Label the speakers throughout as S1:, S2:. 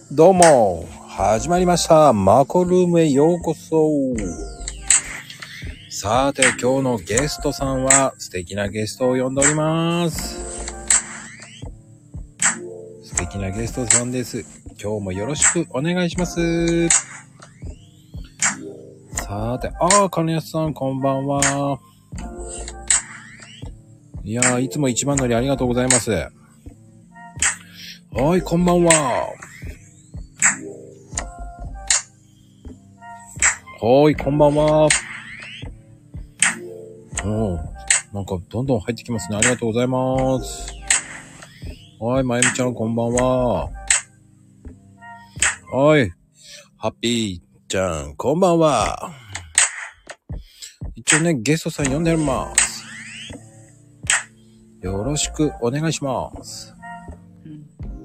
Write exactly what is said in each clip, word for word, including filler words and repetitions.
S1: どうも、始まりました。マコルームへようこそ。さて、今日のゲストさんは素敵なゲストを呼んでおります。素敵なゲストさんです。今日もよろしくお願いします。さて、あー、金安さん、こんばんは。いやー、いつも一番乗りありがとうございます。はい、こんばんは。はい、こんばんは。うん。なんか、どんどん入ってきますね。ありがとうございます。はい、まゆみちゃん、こんばんは。はい、ハッピーちゃん、こんばんは。一応ね、ゲストさん呼んでます。よろしくお願いします。うん、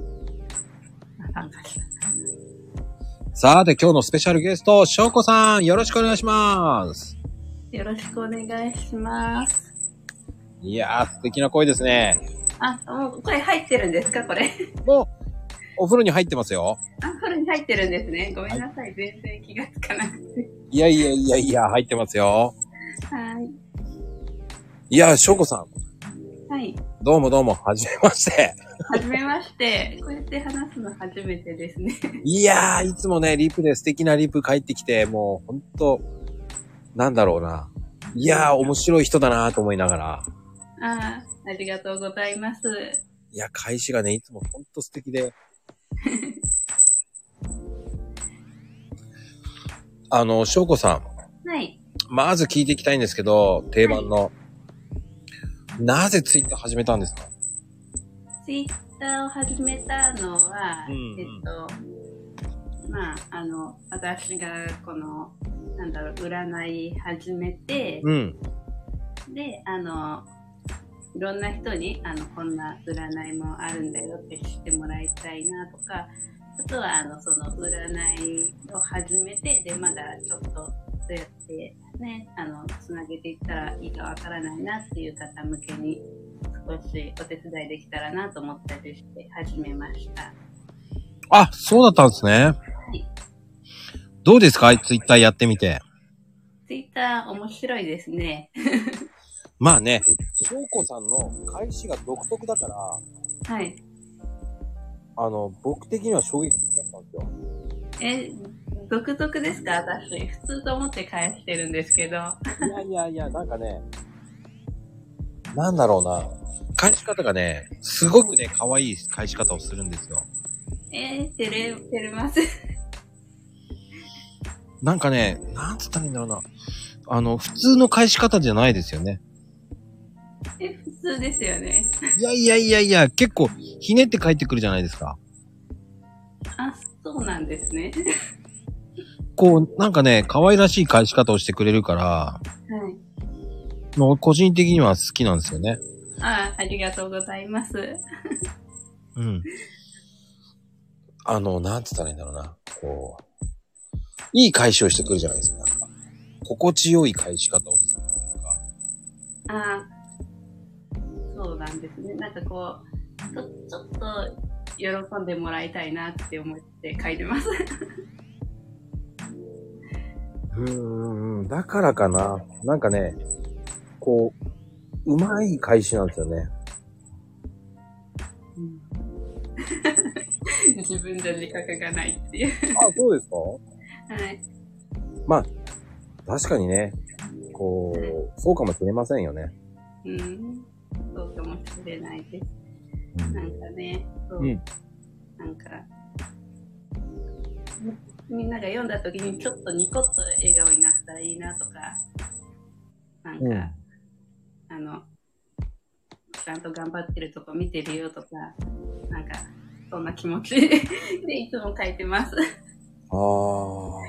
S1: さて、今日のスペシャルゲスト、しょうこさん、よろしくお願いします。
S2: よろしくお願いします。
S1: いやー、素敵な声ですね。
S2: あ、もう声入ってるんですか、これ。
S1: もう、お風呂に入ってますよ。
S2: あ、お風呂に入ってるんですね。ごめんなさい、はい、全然気がつかなくて。
S1: いやいやいやいや、入ってますよ。
S2: はい。
S1: いや、しょうこさん。
S2: はい。
S1: どうもどうも、はじめまして。
S2: はじめまして。こうやって話すの初めてですね。
S1: いやー、いつもね、リプで素敵なリプ返ってきて、もうほんと、なんだろうな。いやー、面白い人だなと思いながら。
S2: ああ、ありがとうございます。
S1: いや、返しがね、いつもほんと素敵で。あの、しょうこさ
S2: ん。はい。
S1: まず聞いていきたいんですけど、定番の。はい、なぜツイッター始めたんですか？
S2: ツイッターを始めたのは、うんうん、えっと、まあ、あの、私がこの、なんだろう、占い始めて、うん、で、あの、いろんな人に、あの、こんな占いもあるんだよって知ってもらいたいなとか、あとは、あの、その占いを始めて、で、まだちょっと、どうやってね、あの、つなげていったらいいかわからないなっていう方向けに、少しお手伝いできたらなと思ったりして始めました。
S1: あ、そうだったんですね。はい。どうですか？ツイッターやってみて。
S2: ツイッター面白いですね。
S1: まあね、しょうこさんの返しが独特だから、
S2: はい。
S1: あの、僕的には衝撃的だったんです
S2: よ。え、独特ですか？私、普通と思って返してるんですけど。
S1: いやいやいや、なんかね、なんだろうな。返し方がね、すごくね、可愛い返し方をするんですよ。
S2: えー、照れ、照れます。
S1: なんかね、なんつったらいいんだろうな。あの、普通の返し方じゃないですよね。
S2: え、普通ですよね。
S1: いやいやいやいや、結構、ひねって返ってくるじゃないですか。
S2: あ、そうなんですね。
S1: こう、なんかね、可愛らしい返し方をしてくれるから、はい。もう個人的には好きなんですよね。
S2: ああ、ありがとうございます。
S1: うん。あの、なんつったらいいんだろうな。こう、いい返しをしてくるじゃないですか。なんか心地よい返し方をするというか。
S2: ああ、そうなんですね。なんかこう、ちょ、ちょっと喜んでもらいたいなって思って書いてます。
S1: うーん、だからかな。なんかね、こう、うまい返しなんですよね。
S2: うん、自分じゃ自覚がないっていう。
S1: あ、そうですか？
S2: はい。
S1: まあ、確かにね、こう、はい、そうかもしれませんよね。
S2: うん、そうかもしれないです。うん、なんかね、そう、うん、なんか、みんなが読んだ時にちょっとニコッと笑顔になったらいいなとか、なんか、うん、あの、ちゃんと頑張ってるとこ見てるよとか、なんか、そんな気持ちでいつも書いてます。
S1: ああ。はい。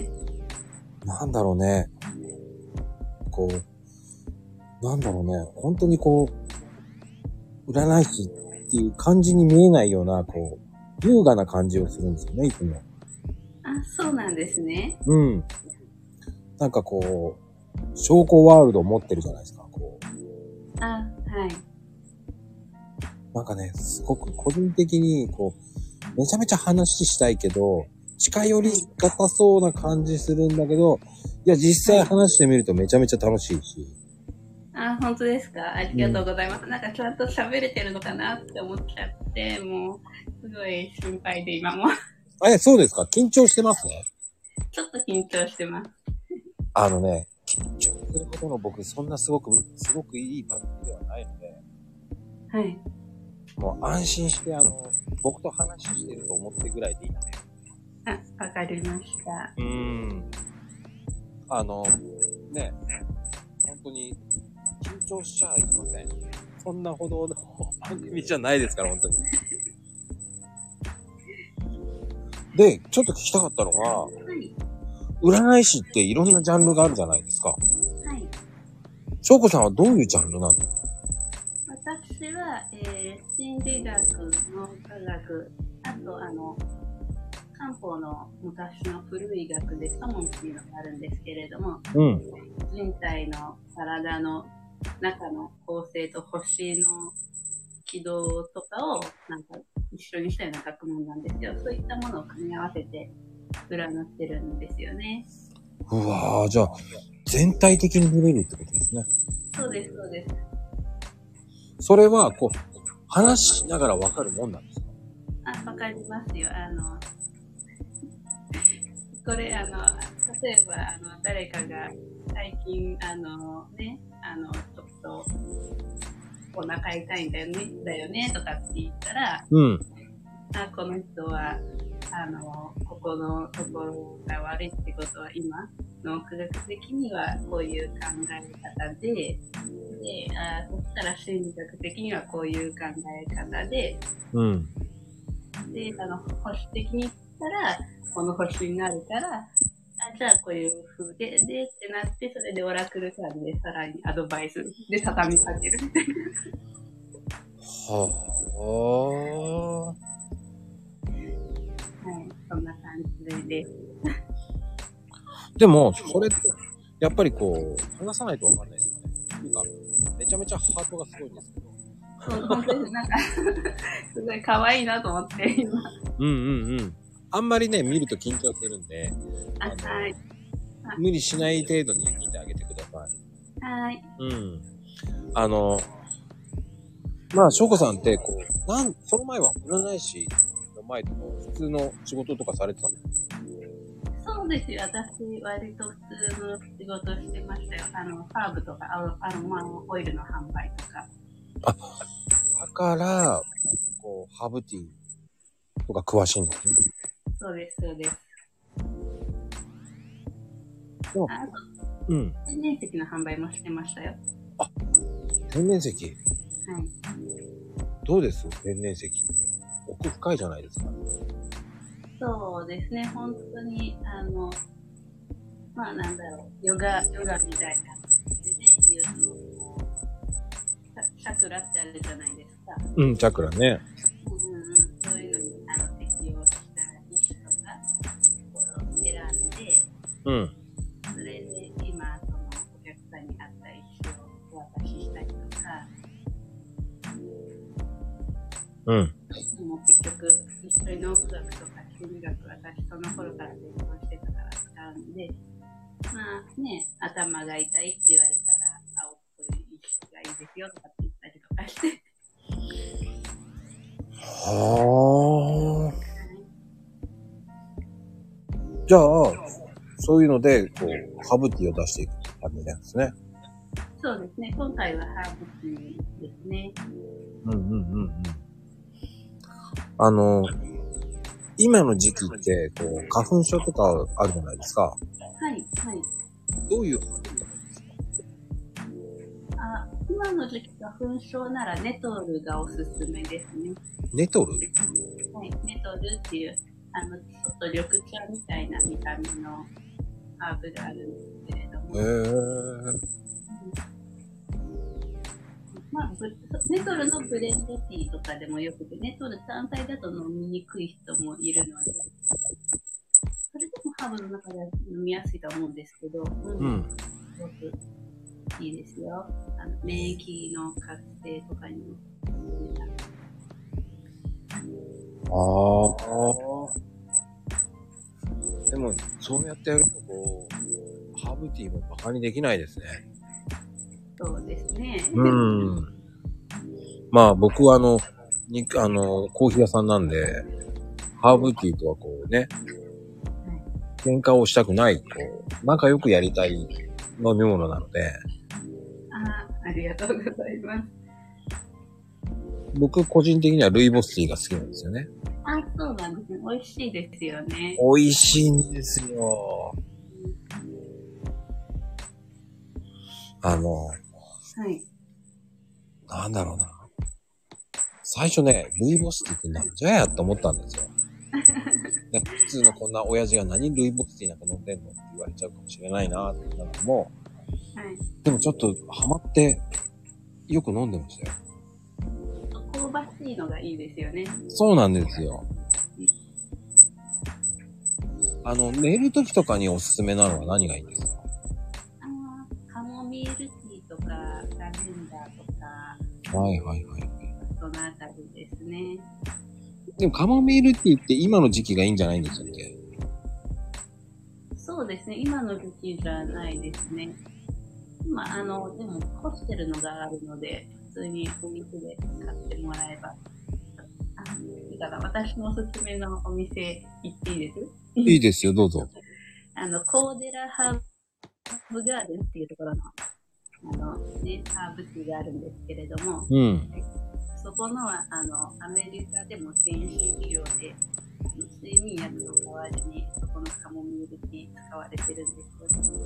S1: なんだろうね。こう、なんだろうね。本当にこう、占い師っていう感じに見えないような、こう、優雅な感じをするんですよね、いつも。
S2: あ、そうなんですね。
S1: うん。なんかこう、証拠ワールドを持ってるじゃないですか、こう。
S2: あ、はい。
S1: なんかね、すごく個人的に、こう、 めちゃめちゃ話したいけど、近寄りがたそうな感じするんだけど、いや、実際話してみるとめちゃめちゃ楽しいし。
S2: あ、本当ですか？ありがとうございます。うん、なんかちゃんと喋れてるのかなって思っちゃって、もう、すごい心配で今も。
S1: え、そうですか？緊張してますね。
S2: ちょっと緊張してます。
S1: あのね、緊張することの僕、そんなすごく、すごくいい番組ではないので、
S2: はい。
S1: もう安心して、あの、僕と話してると思ってぐらいでいいんで。
S2: あ、わかりました。
S1: うーん。あの、ね、本当に、緊張しちゃいけません。そんなほどの番組じゃないですから、本当に。で、ちょっと聞きたかったのが、はい、占い師っていろんなジャンルがあるじゃないですか。はい。翔子さんはどういうジャンルなの？
S2: 私は、えー、心理学、脳科学、あと、あの、漢方の昔の古い学でソモンっていうのがあるんですけれども、うん、人体の体の中の構成と星の軌道とかをなんか一緒にしたような学問なんですよ。そういったものを組み合わせて占ってるんですよね。
S1: うわぁ、じゃあ全体的に見れるってことですね。
S2: そうです、そうです。
S1: それはこう話しながらわかるもんなんですか？
S2: あ、わかりますよ。あのこれあの例えばあの誰かが最近あのねあのちょっとお腹痛いんだよねだよねとかって言ったら、うん、あこの人はあのここのところが悪いってことは今脳科学的にはこういう考え方で、であそしたら心理学的にはこういう考え方で、うん、であの保守的に言ったらこの星になるから、あ、じゃあこういう風で、でってなって、それでオラクルカードでさらにアドバイスで畳みかけるみたいな。はあ。はい、そんな感じで。
S1: でも、それって、やっぱりこう、話さないとわかんないですよね。なんか、めちゃめちゃハートがすごいんですけど。
S2: そう、本当になんか、すごい可愛いなと思って、今。
S1: うんうんうん。あんまりね、見ると緊張するんで、
S2: あのはい、
S1: 無理しない程度に見てあげてください。
S2: はい。
S1: うん。あの、まあ、翔子さんって、こう、なん、その前は占い師の前とか普通の仕事とかされてたの？
S2: そうですよ。私、割と普通の仕事してましたよ。あの、ハーブとか、アロマオイルの販売とか。
S1: あ、だから、こう、ハーブティーとか詳しいんですね。
S2: そうです、そうです。
S1: でも、
S2: あと、うん。天然石の販売もしてましたよ。
S1: あ、天然石？はい。どうです？天然石って。奥深いじゃないですか。
S2: そうですね、本当に、あの、まあなんだろう、ヨガ、ヨガみたいな感じでね、言うと、チャクラってあるじゃないですか。
S1: うん、チャクラね。
S2: うんうん、そういうのにあの適用した石とかを選んで、うん。それで今、そのお客さんに合った石をお渡ししたりとか、うん。もう結局、一緒に脳科学とか心理学、私その頃から勉強してたから使うんで、まあね、頭が痛いって言われたら、青っぽい石がいいですよとかって言ったりとかして。
S1: はあ。じゃあ、そういうので、こう、ハーブティーを出していく感じなんですね。
S2: そうですね。今回はハーブティーですね。
S1: うんうんうんうん。あの、今の時期って、こう、花粉症とかあるじゃないですか。は
S2: い、はい。
S1: どういう花粉症なんですか？
S2: あ、今の時期花粉症ならネトルがおすすめですね。
S1: ネトル？
S2: はい、ネトルっていう、あの、ちょっと緑茶みたいな見た目のハーブがあるんですけれども。へー。まあ、ネトルのブレンドティーとかでもよくて、ネトル単体だと飲みにくい人もいるので、それでもハーブの中では飲みやすいと思うんですけど、うん、うん、すごくいいですよ。あの免疫の活性とかにも。
S1: ああ。でも、そうやってやると、こう、ハーブティーもバカにできないですね。
S2: そうですね。
S1: うん。まあ、僕はあの、に、あの、コーヒー屋さんなんで、ハーブティーとはこうね、喧嘩をしたくない、こう、仲良くやりたい飲み物なので。
S2: ああ、ありがとうございます。
S1: 僕個人的にはルイボスティーが好きなんですよね。
S2: あ、そうなんですね。美味しいですよね。
S1: 美味しいんですよ。あの、はい。なんだろうな。最初ね、ルイボスティーってなんじゃやって思ったんですよ。ね、普通のこんな親父が何ルイボスティーなんか飲んでんのって言われちゃうかもしれないなって思ったのも、はい、でもちょっとハマってよく飲んでましたよ。
S2: 香ばしいのがいいですよね。
S1: そうなんですよ。あの、寝るときとかにおすすめなのは何がいいんですか？
S2: あカモミールティーとか、ラベンダーとか。
S1: はいはいはい。
S2: そのあたりですね。
S1: でもカモミールティーって今の時期がいいんじゃないんですかっけ？
S2: そうですね。今の時期じゃないですね。今、あの、でも、干してるのがあるので、普通にお店で買ってもらえば。あ、だから私のおすすめのお店行っていいです？
S1: いいですよ、どうぞ。
S2: あの、コーデラハーブガーデンっていうところの、あの、ね、ハーブティーがあるんですけれども、
S1: うん。
S2: そこのは、あの、アメリカでも先進医療で、睡眠薬の代わりに、そこのカモミールティー使われてるんですよ。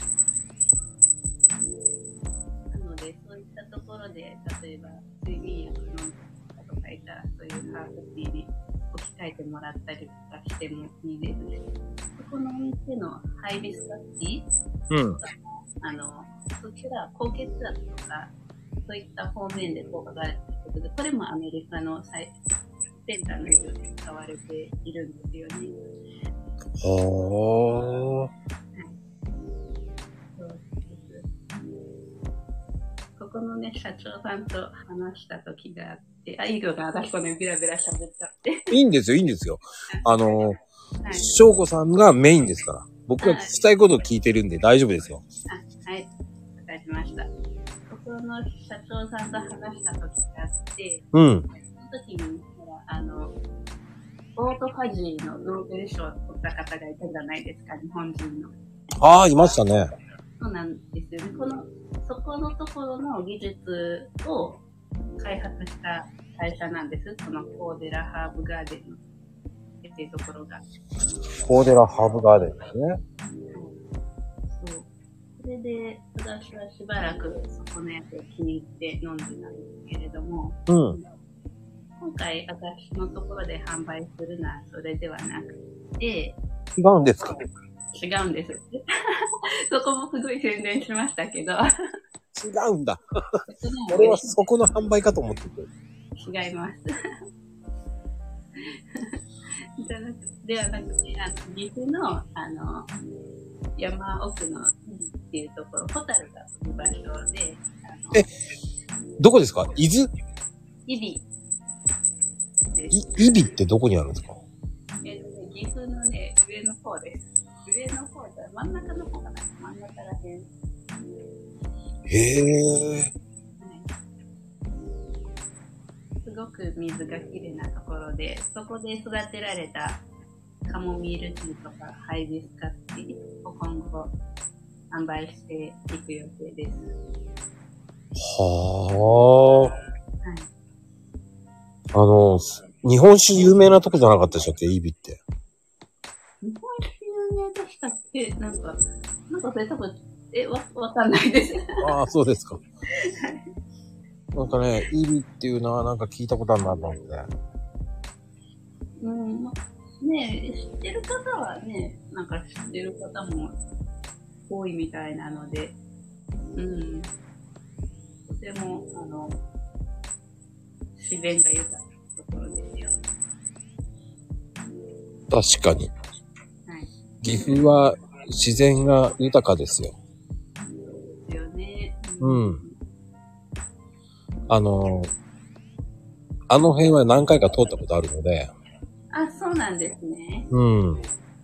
S2: なので、そういったところで、例えば、睡眠薬飲んだとかいたら、そういうハーブティーに置き換えてもらったりとかしてもいいですね。そこのお店のハイビスカスティー、うん、あの、そちらは高血圧とか、そういった方面で効果があるということで、これもアメリカの最先端の医療で使われているんですよね。
S1: はあ。
S2: ここのね、社長さんと話した時があって、あ、いいのか、私このビラビラ喋っちゃって。
S1: いいんですよ、いいんですよ。あの、翔子さんがメインですから。僕が聞きたいことを聞いてるんで大丈夫ですよ。
S2: あ、はい。わかりました。ここの社長さんと話した時があって、
S1: うん。
S2: その時に、ほら、あの、オートファジーのノーベル賞を取った方がいたじゃないですか、日本人の。
S1: ああ、いましたね。
S2: そうなんですよね。この、そこのところの技術を開発した会社なんです。このコーデラハーブガーデンのっていうところが。
S1: コーデラハーブガーデンですね。
S2: そう。それで、私はしばらくそこのやつを気に入って飲んでたんですけれども、
S1: うん。
S2: 今回私のところで販売するのはそれではなくて、
S1: 違うんですか？
S2: 違うんです。そこもすごい宣伝しましたけど。
S1: 違うんだ。俺はそこの販売かと思ってて。
S2: 違います。じゃなくではなくて、あの岐阜のあの山奥のっていうところ、ホタルが飛ぶ場所で、あの
S1: え、どこですか？伊豆？
S2: 伊比。
S1: い、伊比ってどこにあるんですか？
S2: えっとね、岐阜のね、上の方です。上の方じゃ真ん中の方かな、真ん中らへん。
S1: へー。はい。
S2: すごく水がきれいなところで、そこで育てられたカモミールティーとかハイビスカスティーを今後販売していく予定です。
S1: はー。はい。あの、日本酒有名なとこじゃなかったでしたっけ、伊比って。
S2: 日本酒有名でしたっけ？なんか、なんかそれ多分、え、わ、わかんないです。
S1: ああ、そうですか。なんかね、伊比っていうのはなんか聞いたことあるなと思って。
S2: うん、ま、ねえ、知ってる方はね、なんか知ってる方も多いみたいなので、うん。とても、あの、自然が豊かなところですよ。
S1: 確かに。
S2: はい。
S1: 岐阜は自然が豊かですよ。
S2: そうですよね。
S1: うん。うん、あの、あの辺は何回か通ったことあるので。
S2: あ、そうなんですね。
S1: うん。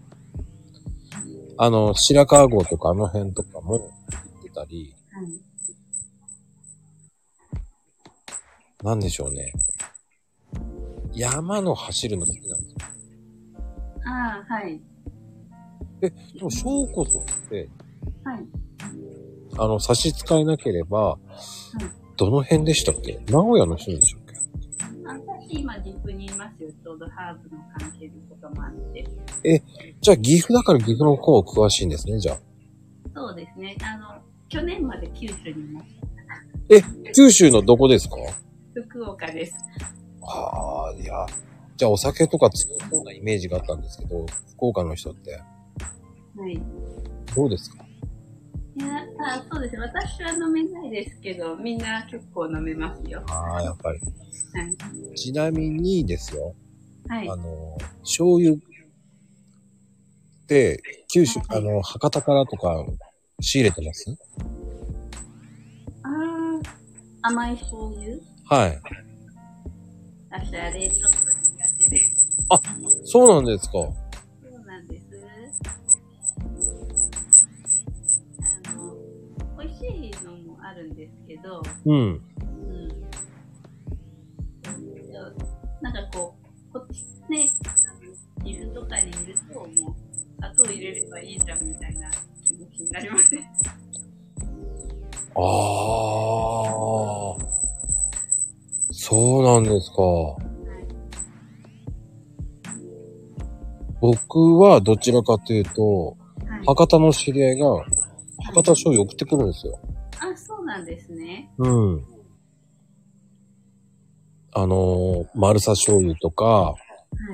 S1: あの、白川郷とかあの辺とかも行ってたり、はい、なんでしょうね。山の走るの好きなんですよ。
S2: ああ、はい。
S1: え、でも、翔子さんって、
S2: はい。
S1: あの、差し支えなければ、はい、どの辺でしたっけ？名古屋の人でしたっけ？
S2: 私、今、岐阜にいますよ。ちょうどハーブの関係のこともあって。
S1: え、じゃあ岐阜だから岐阜の方詳しいんですね、じゃあ。
S2: そうですね。あの、去年まで九州にいました。
S1: え、九州のどこですか？
S2: 福岡です。
S1: はあ、いや、じゃあお酒とか強そうなイメージがあったんですけど、福岡の人って。
S2: はい。
S1: どうですか？
S2: いや、あ、そうです。私は飲めないですけど、みんな結構飲めますよ。
S1: ああ、やっぱり。
S2: はい。
S1: ちなみにですよ。
S2: はい。
S1: あの、醤油って、九州、はい、あの、博多からとか仕入れてます？
S2: ああ、甘い醤油？
S1: はい。
S2: 私、あれ、ちょっと苦手です。
S1: あ、そうなんですか。
S2: そうなんです。あの、美味しいのもあるんですけど、
S1: うん。うん。
S2: なんかこう、こっちね、あの、岐阜とかにいると、もう、砂糖入れればいいじゃんみたいな気持ちになりません？
S1: ああ、そうなんですか。はい、僕はどちらかというと、はい、博多の知り合いが博多醤油送ってくるんですよ。
S2: あ、そうなんですね。
S1: うん。あのー、丸さ醤油とか、はい、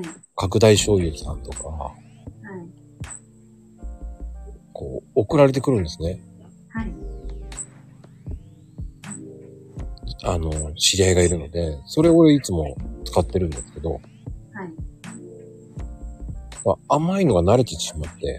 S1: 角大醤油さんとか、はい、こう、送られてくるんですね。
S2: はい。
S1: あの、知り合いがいるので、それをいつも使ってるんですけど、はい。まあ、甘いのが慣れてしまって、はい。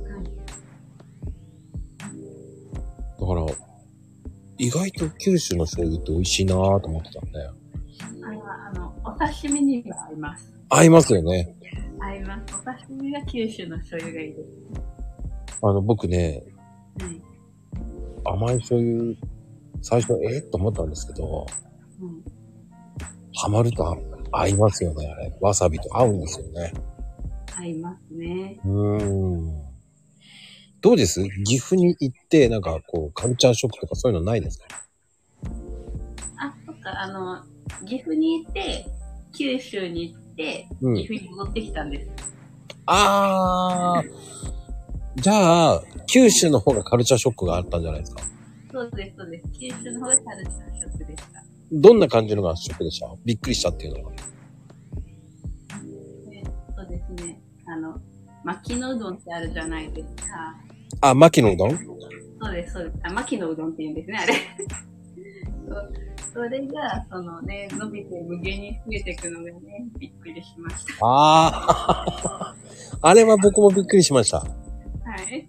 S1: だから、意外と九州の醤油って美味しいなぁと思ってたんで。
S2: あの、お刺身には合います。
S1: 合いますよね。
S2: 合います。お刺身が九州の醤油がいいです。
S1: あの、僕ね、はい、甘い醤油、最初、えー、と思ったんですけど、うん、ハマると合いますよね、あれ。わさびと合うんですよね。
S2: 合いますね。
S1: うーん。どうです？岐阜に行って、なんかこう、カルチャーショックとかそういうのないですか？
S2: あ、そっか、あの、岐阜に行って、九州に行って、うん、岐阜に戻ってきたんです。
S1: あー。じゃあ、九州の方がカルチャーショックがあったんじゃないですか？
S2: そうです、そうです。九州の方がカルチャーショックでした。
S1: どんな感じのがショックでした？びっくりしたっていうのは。
S2: えー、そうですね。あの、巻きのうどんってあるじゃないですか。
S1: あ、巻きのうどん？
S2: そうです、そうです。あ、巻きのうどんって言うんですね、あれ。そうそれが、そのね、伸びて無限に増えていくのがね、びっくりしました。
S1: ああ、あれは僕もびっくりしました。は
S2: い。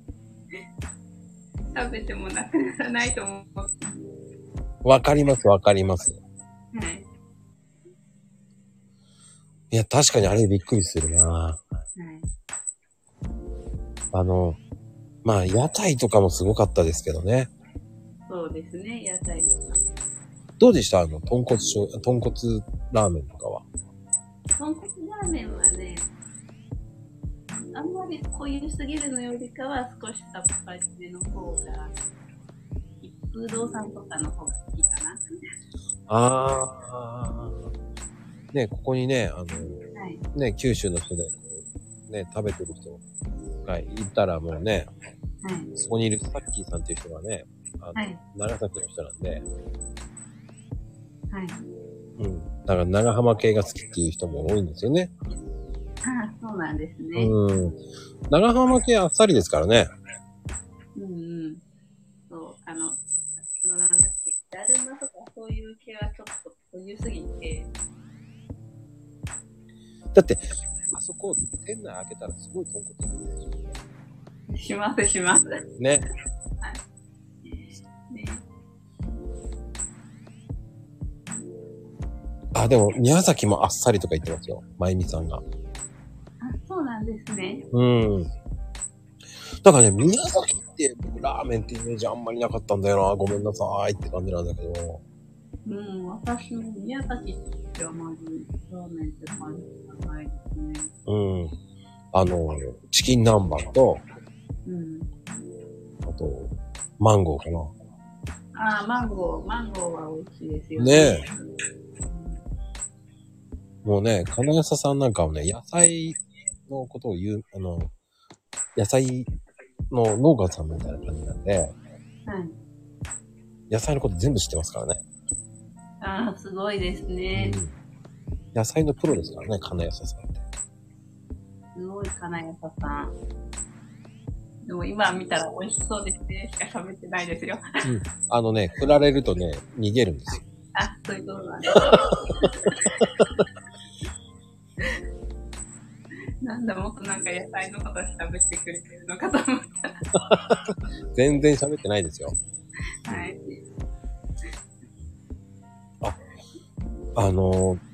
S2: 食べてもなくならないと思う。
S1: わかります、わかります。
S2: はい。
S1: いや、確かにあれびっくりするな。はい。あの、まあ、屋台とかもすごかったですけどね。
S2: そうですね、屋台とか。
S1: どうでした？あの、豚骨しょ、豚骨ラーメンとかは。
S2: 豚骨ラーメンはね、あんまり濃ゆすぎるのよりかは少しさっぱりめの方が、一風堂さんとかの方が好きかな。
S1: ああ。ね、ここにね、あの、はい、ね、九州の人で、ね、食べてる人がいたらもうね、はい、そこにいるサッキーさんっていう人がね、あの、はい、長崎の人なんで、はい。うん。だから長浜系が好きっていう人も多いんですよね。
S2: ああ、そうなんですね。
S1: うん。長浜系あっさりですからね。
S2: うんうん。そう、あの、のなんだっけ、だるまとかそういう系はちょっと濃ゆすぎて。
S1: だって、あそこ、店内開けたらすごい豚骨するで
S2: しょ。します、します。
S1: ね。はい。ね。 あ、でも、宮崎もあっさりとか言ってますよ。まゆみさんが。
S2: あ、そうなんですね。
S1: うん。だからね、宮崎って僕ラーメンってイメージあんまりなかったんだよな。ごめんなさいって感じなんだけど。
S2: うん、私も宮崎ってあまりラーメンって感じじゃないですね。
S1: うん。あの、チキン南蛮と、
S2: うん。
S1: あと、マンゴーかな。
S2: ああ、マンゴー、マンゴーは美味しいですよ
S1: ね。ねえ。もうね、金谷さんなんかはね、野菜のことを言う、あの、野菜の農家さんみたいな感じなんで、はい。野菜のこと全部知ってますからね。
S2: ああ、すごいですね、うん。
S1: 野菜のプロですからね、金谷さんって。
S2: すごい金谷さん。でも今見たら美味しそうですね。しか喋ってないですよ。
S1: うん。あのね、振られるとね、逃げるんですよ。
S2: あ、そういうことなんです。なんだ、もっとなんか野菜のこと喋ってくれてるのかと思った。
S1: 全然喋ってないですよ。
S2: はい。
S1: あ、あのー、
S2: はい。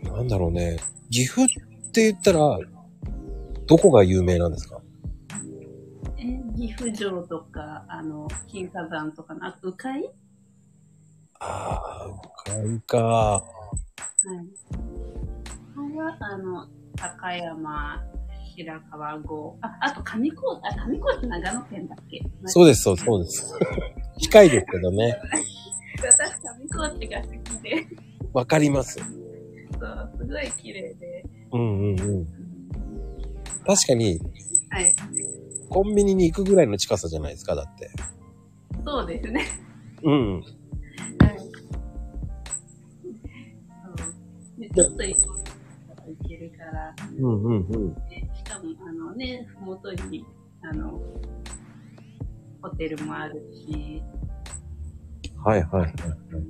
S1: なんだろうね。岐阜って言ったら、どこが有名なんですか？
S2: え、岐阜城とか、あの、金華山とかの、あと、鵜飼？
S1: ああ、鵜飼か。
S2: はい。これは、あの、高山、白川郷、あ、あと上高地、あ、上高地長野県だっけ？
S1: そうです、そうそうです。近いですけどね。
S2: 私、上高地が好きで。
S1: わかります。
S2: そう、すごい綺麗で。
S1: うんうんうん。確かに、
S2: はい。
S1: コンビニに行くぐらいの近さじゃないですか、だって。
S2: そうですね。
S1: うん。はい。
S2: そうでちょっと行けるから。
S1: うんうんうん。
S2: しかも、あのね、ふもとに、あの、ホテルもあるし。
S1: はいはいはい、はい。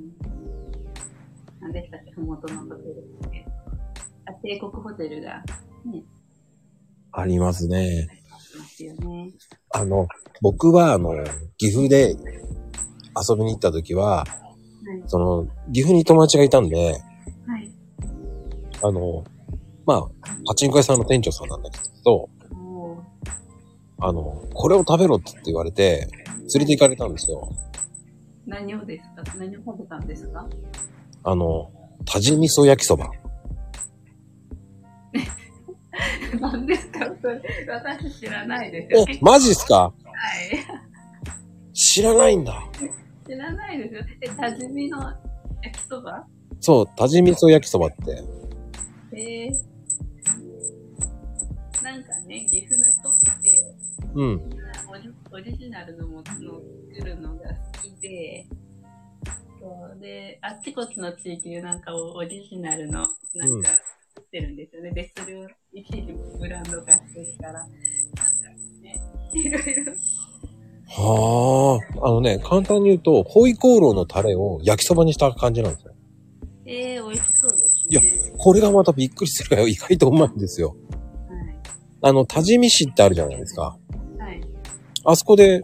S2: 何でしたっけ、ふもとのホテルって。あ、帝国ホテルが、ね。
S1: ありますね。
S2: ありますよね。
S1: あの、僕は、あの、岐阜で遊びに行った時は、はい、その、岐阜に友達がいたんで、はい、あの、まあ、パチンコ屋さんの店長さんなんだけど、あの、これを食べろって言われて、連れて行かれたんですよ。
S2: 何をですか？何を食べたんですか？
S1: あの、タジ味噌焼きそば。
S2: 何ですかそれ？私知らないですよ。
S1: え、マジっすか？
S2: はい。
S1: 知らないんだ。
S2: 知らないですよ。え、タジミの焼きそば？
S1: そう、タジ味噌焼きそばって。
S2: えー、なんかね、岐阜の人って、
S1: うん。
S2: オリ、オリジナルのものを作るのが好きで、そうで、あっちこっちの地域でなんかオリジナルの、なんか、作ってるんですよね。で、それを一時ブランド化してるから、なんかね、いろいろ。
S1: はあ、あのね、簡単に言うと、ホイコーローのタレを焼きそばにした感じなんですよ。
S2: ええー、美味しそうですね。
S1: いや、これがまたびっくりするぐらい意外とうまいんですよ。はい。あの、多治見市ってあるじゃないですか。はい。あそこで、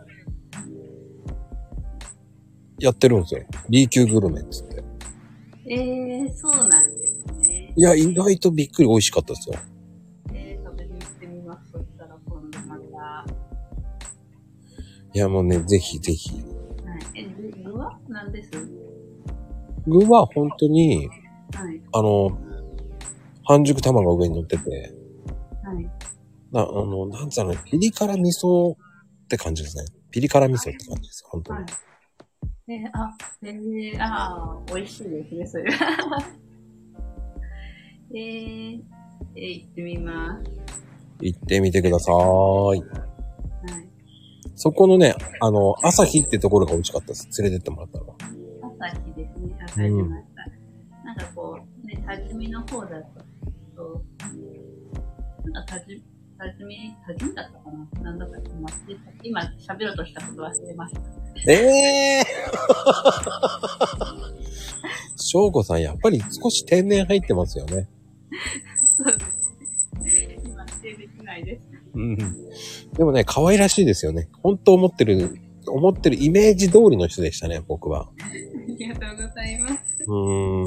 S1: やってるんですよ。B 級グルメっつって。
S2: ええー、そうなんですね。
S1: いや、意外とびっくり美味しかったですよ。
S2: えー、食べに行ってみます。そしたら今度また。
S1: いや、もうね、ぜひぜひ。
S2: はい。え、具、具は何です？
S1: 具は本当に、
S2: はい。
S1: あの、半熟卵が上に乗ってて、
S2: はい。
S1: な、あの、なんつうの、ピリ辛味噌って感じですね。ピリ辛味噌って感じです、本当に。はい。
S2: えー、あ、えー、あー、美味しいですね、それは。えー、えー、行ってみます。
S1: 行ってみてくださーい。はい。そこのね、あの、朝日ってところが美味しかったです。連れてってもらったのは。
S2: 朝日ですね。わかりました。うん、なんかこう、ね、多治見の方だと、なんか多治、多治見、多治見だったかな？なんだか忘れた。今喋ろうとしたこと忘れました。
S1: ええー翔子さん、やっぱり少し天然入ってますよね。
S2: そうですね。今、否定できないです。
S1: うん。でもね、可愛らしいですよね。本当思ってる、思ってるイメージ通りの人でしたね、僕は。
S2: ありがとうございます。
S1: うーん。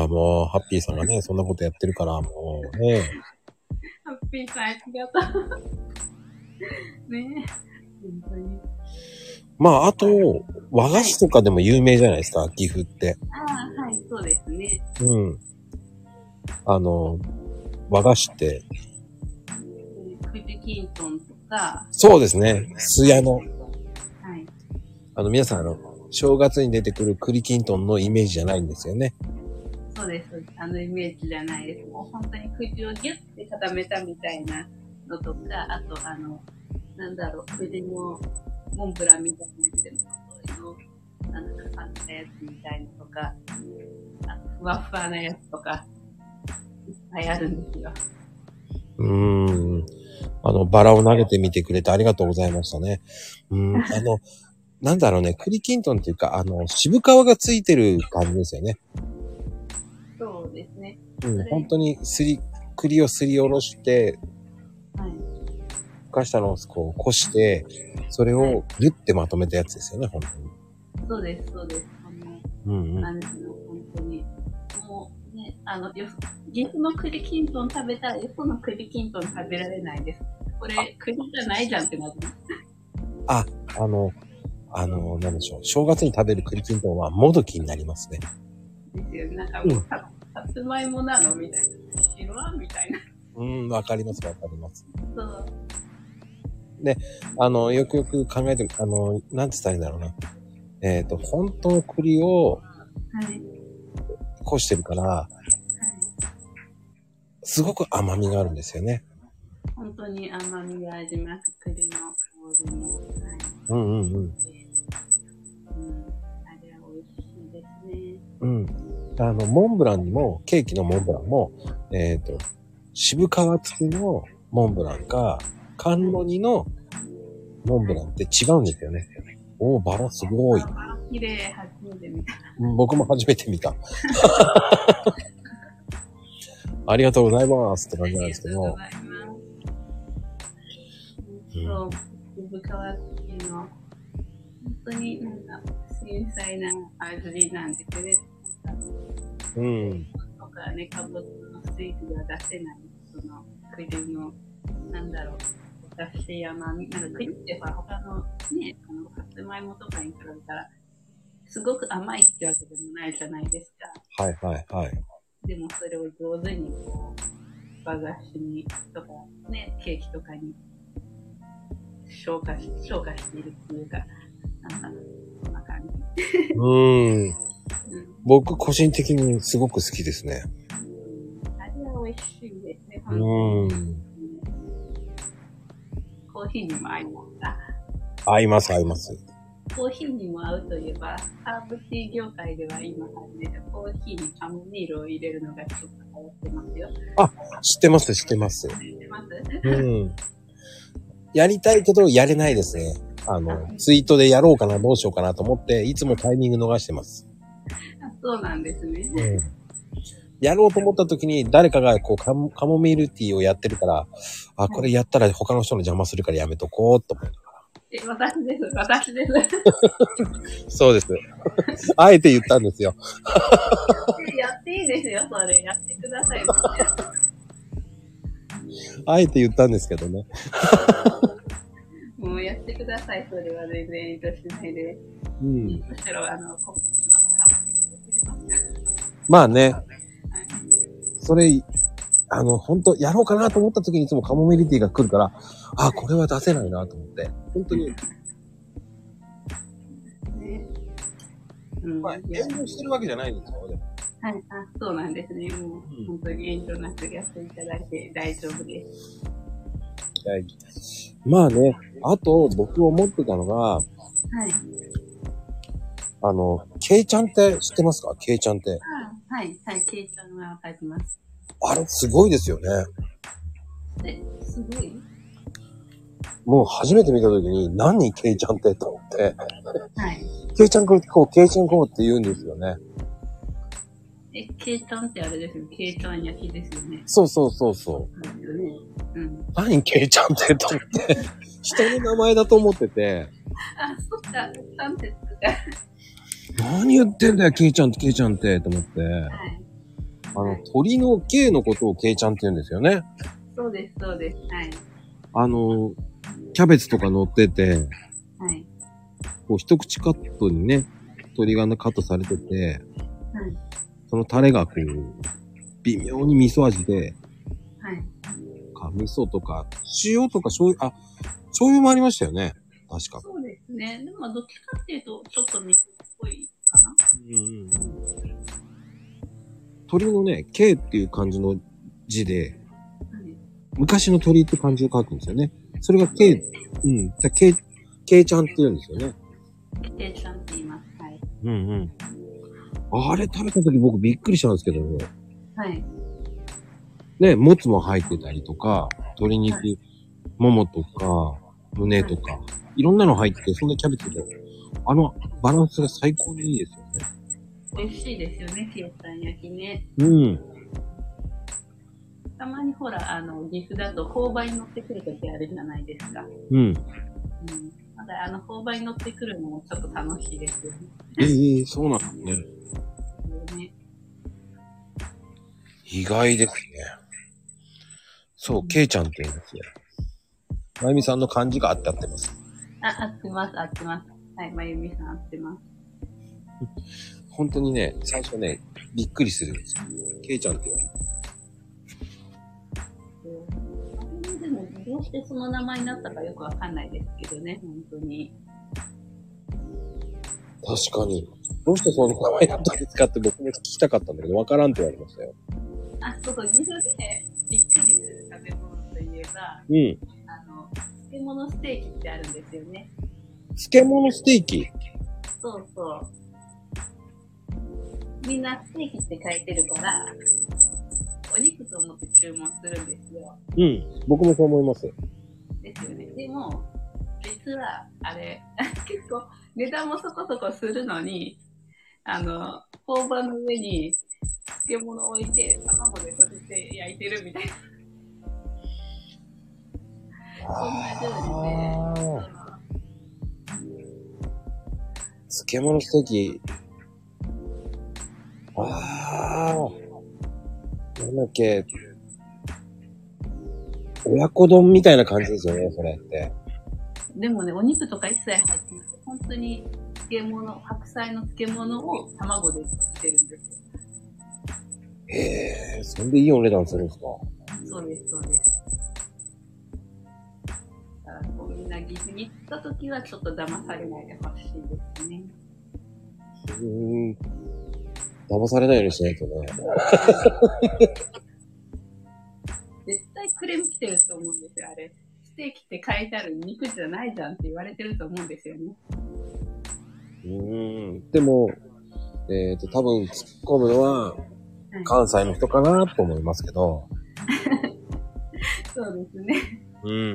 S1: もう、ハッピーさんがね、そんなことやってるから、もうね。
S2: ハッピーさん、ありがとう。ねえ。本当に。
S1: まあ、あと、和菓子とかでも有名じゃないですか、岐阜って。
S2: ああ、はい、そうですね。
S1: うん。あの、和菓子って。
S2: 栗きんとんとか。
S1: そうですね。すやの。
S2: はい。
S1: あの、皆さん、あの、正月に出てくる栗きんとんのイメージじゃないんですよね。
S2: そうです。あのイメージじゃないです。もう本当に口をギュッて固めたみたいなのとか、あと、あの、なんだろう、栗のモンブランみたいなやつでも、そういうの、なんかかかったやつみたいなとか、あとふわふわなやつとか、いっぱいあるんですよ。
S1: うーん。あの、バラを投げてみてくれてありがとうございましたね。うん。あの、なんだろうね、栗きんとんっていうか、あの、渋皮がついてる感じですよね。
S2: そうですね。
S1: うん、本当にすり、栗をすりおろして、はい。ふかしたのをこう、こして、それをギュッてまとめたやつですよね、本当に。
S2: そうです、そうです。あの、うんうん。あの、本当に。もうね、あの、よ、岐阜の栗きんとん食べたら、よその栗きんとん食べられないです。これ、栗じゃないじゃんってなってます。あ、
S1: あの、あの、なんでしょう。正月に食べる栗きんとんはもどきになりますね。
S2: ですよね。なんかもう、うん、さつまいもなのみたいな。白はみたいな。
S1: うん、わかります、わかります。そう。で、あの、よくよく考えて、あの、なんて言ったらいいんだろうな。えっと、本当の栗を、はい。こしてるから、はい。すごく甘みがあるんですよね。
S2: 本当に甘みがあります。栗の香りも。はい。
S1: うんうんうん。うん。
S2: あれは美味しいですね。
S1: うん。あの、モンブランにも、ケーキのモンブランも、えっと、渋皮付きのモンブランか、甘露煮のモンブランって違うんですよね。おー、バラすごい。
S2: 綺麗、初めて見た。
S1: 僕も初めて見た。ありがとうございますって感じなんですけど。ありがとうございます。そう、渋皮付きの、本当になんか、繊細な味なんですね。うん。とかね、かぼちのスイーツが出せない、その、栗の、なんだろう、出し甘み、なんか栗って他のね、あの、さつまいもとかに比べたら、すごく甘いってわけでもないじゃないですか。はいはいはい。
S2: でもそれを上手にこう、和菓子に、とか、ね、ケーキとかに、消化し、消化しているっていうか、なんか、そんな感じ。うーん。
S1: 僕個人的にすごく好きですね。
S2: あれは美味しいですね。うん。コーヒーにも合いますか？
S1: 合います合います。
S2: コーヒーにも合うといえば、ハーブティー業界では今始めたコーヒーにカモミールを入れるのがちょっと流行ってますよ。
S1: あ、知ってます知ってます。知ってます？うん。やりたいけどやれないですね。あの、ツイートでやろうかな、どうしようかなと思って、いつもタイミング逃してます。
S2: そうなんですね。
S1: うん。やろうと思った時に誰かがこうカモ、カモミールティーをやってるから、あ、これやったら他の人の邪魔するからやめとこうと思う。
S2: え、私です、私です。
S1: そうです。あえて言ったんですよ。
S2: やっていいですよ、それ。やってください。
S1: あえて言ったんですけどね。
S2: もうやってください、それは全然意図しないで。うん。むしろ、あの、コップの
S1: まあね。それ、あの、本当やろうかなと思った時にいつもカモミールティーが来るから、あ、これは出せないなと思って。本当に。ね。うん。まあ、遠慮してるわけじゃないんですよ、でも。
S2: はい、あ、そうなんですね。もう、うん、本当に遠慮なくやっていただいて大丈夫です。
S1: はい。まあね、あと、僕思ってたのが、はい。あの、ケイちゃんって知ってますか？ケイちゃんって。
S2: あ、はい、はい、ケイちゃんはわかります。
S1: あれ、すごいですよね。
S2: え、すごい？
S1: もう初めて見たときに、何ケイちゃんってと思って。
S2: はい。
S1: ケイちゃんこう、ケイちゃんこうって言うんですよね。
S2: え、ケイちゃんってあれですよ。ケイちゃん焼きですよね。
S1: そうそうそうそう。ですよね。うん。何ケイちゃんってと思って。人の名前だと思ってて。
S2: あ、そっか、ちゃんって
S1: 何言ってんだよ、ケイちゃんって、ケイちゃんって、と思って。はい。 あの、鳥のKのことをKちゃんって言うんですよね。
S2: そうです、そうです。はい。
S1: あの、キャベツとか乗ってて、
S2: はい。
S1: こう一口カットにね、鳥がカットされてて、
S2: はい。
S1: そのタレがこう、微妙に味噌味で、
S2: はい。
S1: か味噌とか、塩とか醤油、あ、醤油もありましたよね。確か。
S2: そうですね。でもどっちかっていうと、ちょっと味噌っぽいかな。
S1: うんうん。鳥のね、K っていう漢字の字で、はい、昔の鳥って漢字を書くんですよね。それが K、うん。K、K ちゃんって言うんですよね。
S2: K ちゃんって言います。はい。
S1: うんうん。あれ食べた時僕びっくりしたんですけどね。
S2: はい。
S1: ね、もつも入ってたりとか、鶏肉、はい、ももとか、胸とか、はい、いろんなの入って、そんなキャベツで、あのバランスが最高にいいですよね。
S2: 美味しいですよね、清さん焼きね。
S1: うん。
S2: たまにほら、あの、岐阜だと勾配に乗ってくるときあるじゃないですか。
S1: うん。うん。
S2: まだあの、勾配に乗ってくるのもちょっと楽しいですよね。
S1: ええー、そうなんですね。ね、意外ですね。そう、ケイちゃんって言うんですよ。まゆみさんの漢字が合って合ってます。
S2: あ、合ってます、合ってます。はい、まゆみさん合ってます。
S1: 本当にね、最初ね、びっくりするんですよ。ケイちゃんって言われる。
S2: でも、どうしてその名前になったかよくわかんないですけどね、本当に。
S1: 確かに。どうしてその名前だったんですかって僕も聞きたかったんだけど、わからんって言われましたよ。
S2: あ、そうそう、岐阜でびっくりする食べ物といえば、
S1: うん。
S2: あの、漬物ステーキってあるんですよね。
S1: 漬物ステーキ？
S2: そうそう。みんなステーキって書いてるから、お肉と思って注文するんですよ。
S1: うん。僕もそう思います。
S2: ですよね。でも、実は、あれ、結構、値段もそこそこするのに、あの、大葉の上に漬物を置いて、卵で閉じて焼いてるみたいな。そんな料理で。
S1: 漬物ステーキ。ああ。なんだっけ。親子丼みたいな感じですよね、それって。
S2: でもね、お肉とか一切入ってない。本当に漬物、白菜の漬物を卵で作ってるんですよ。
S1: へえ、そんでいいお値段するんですか？
S2: そうです、そうです。だからこうみんな岐阜に行った時はちょっと騙されないでほしいですね。
S1: うーん。騙されないようにしないとね。
S2: 絶対クレーム来てると思うんですよ、あれ。ステーキって書いてある肉じゃないじゃんって言われてると思うんですよね。
S1: うーん。でも、えっと、多分突っ込むのは、関西の人かなと思いますけど。
S2: そうですね。
S1: うんうんうん。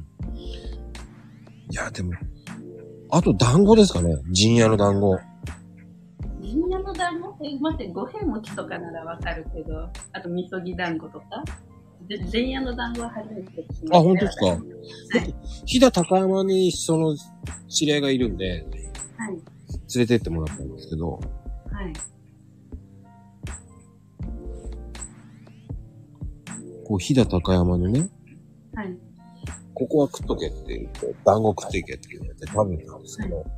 S1: いや、でも、あと団子ですかね。陣屋の団子。
S2: 陣屋の団子え、待って、五平餅とかならわかるけど、あと味噌ぎ団子とか陣屋の団子は初めて聞きました。
S1: あ、本当ですか？はい。飛騨高山にその知り合いがいるんで、はい。連れてってもらったんですけど、はい。こう、飛騨高山のね、はい。ここは食っとけって言って、団子食っていけって言われて食べたんですけど、はい、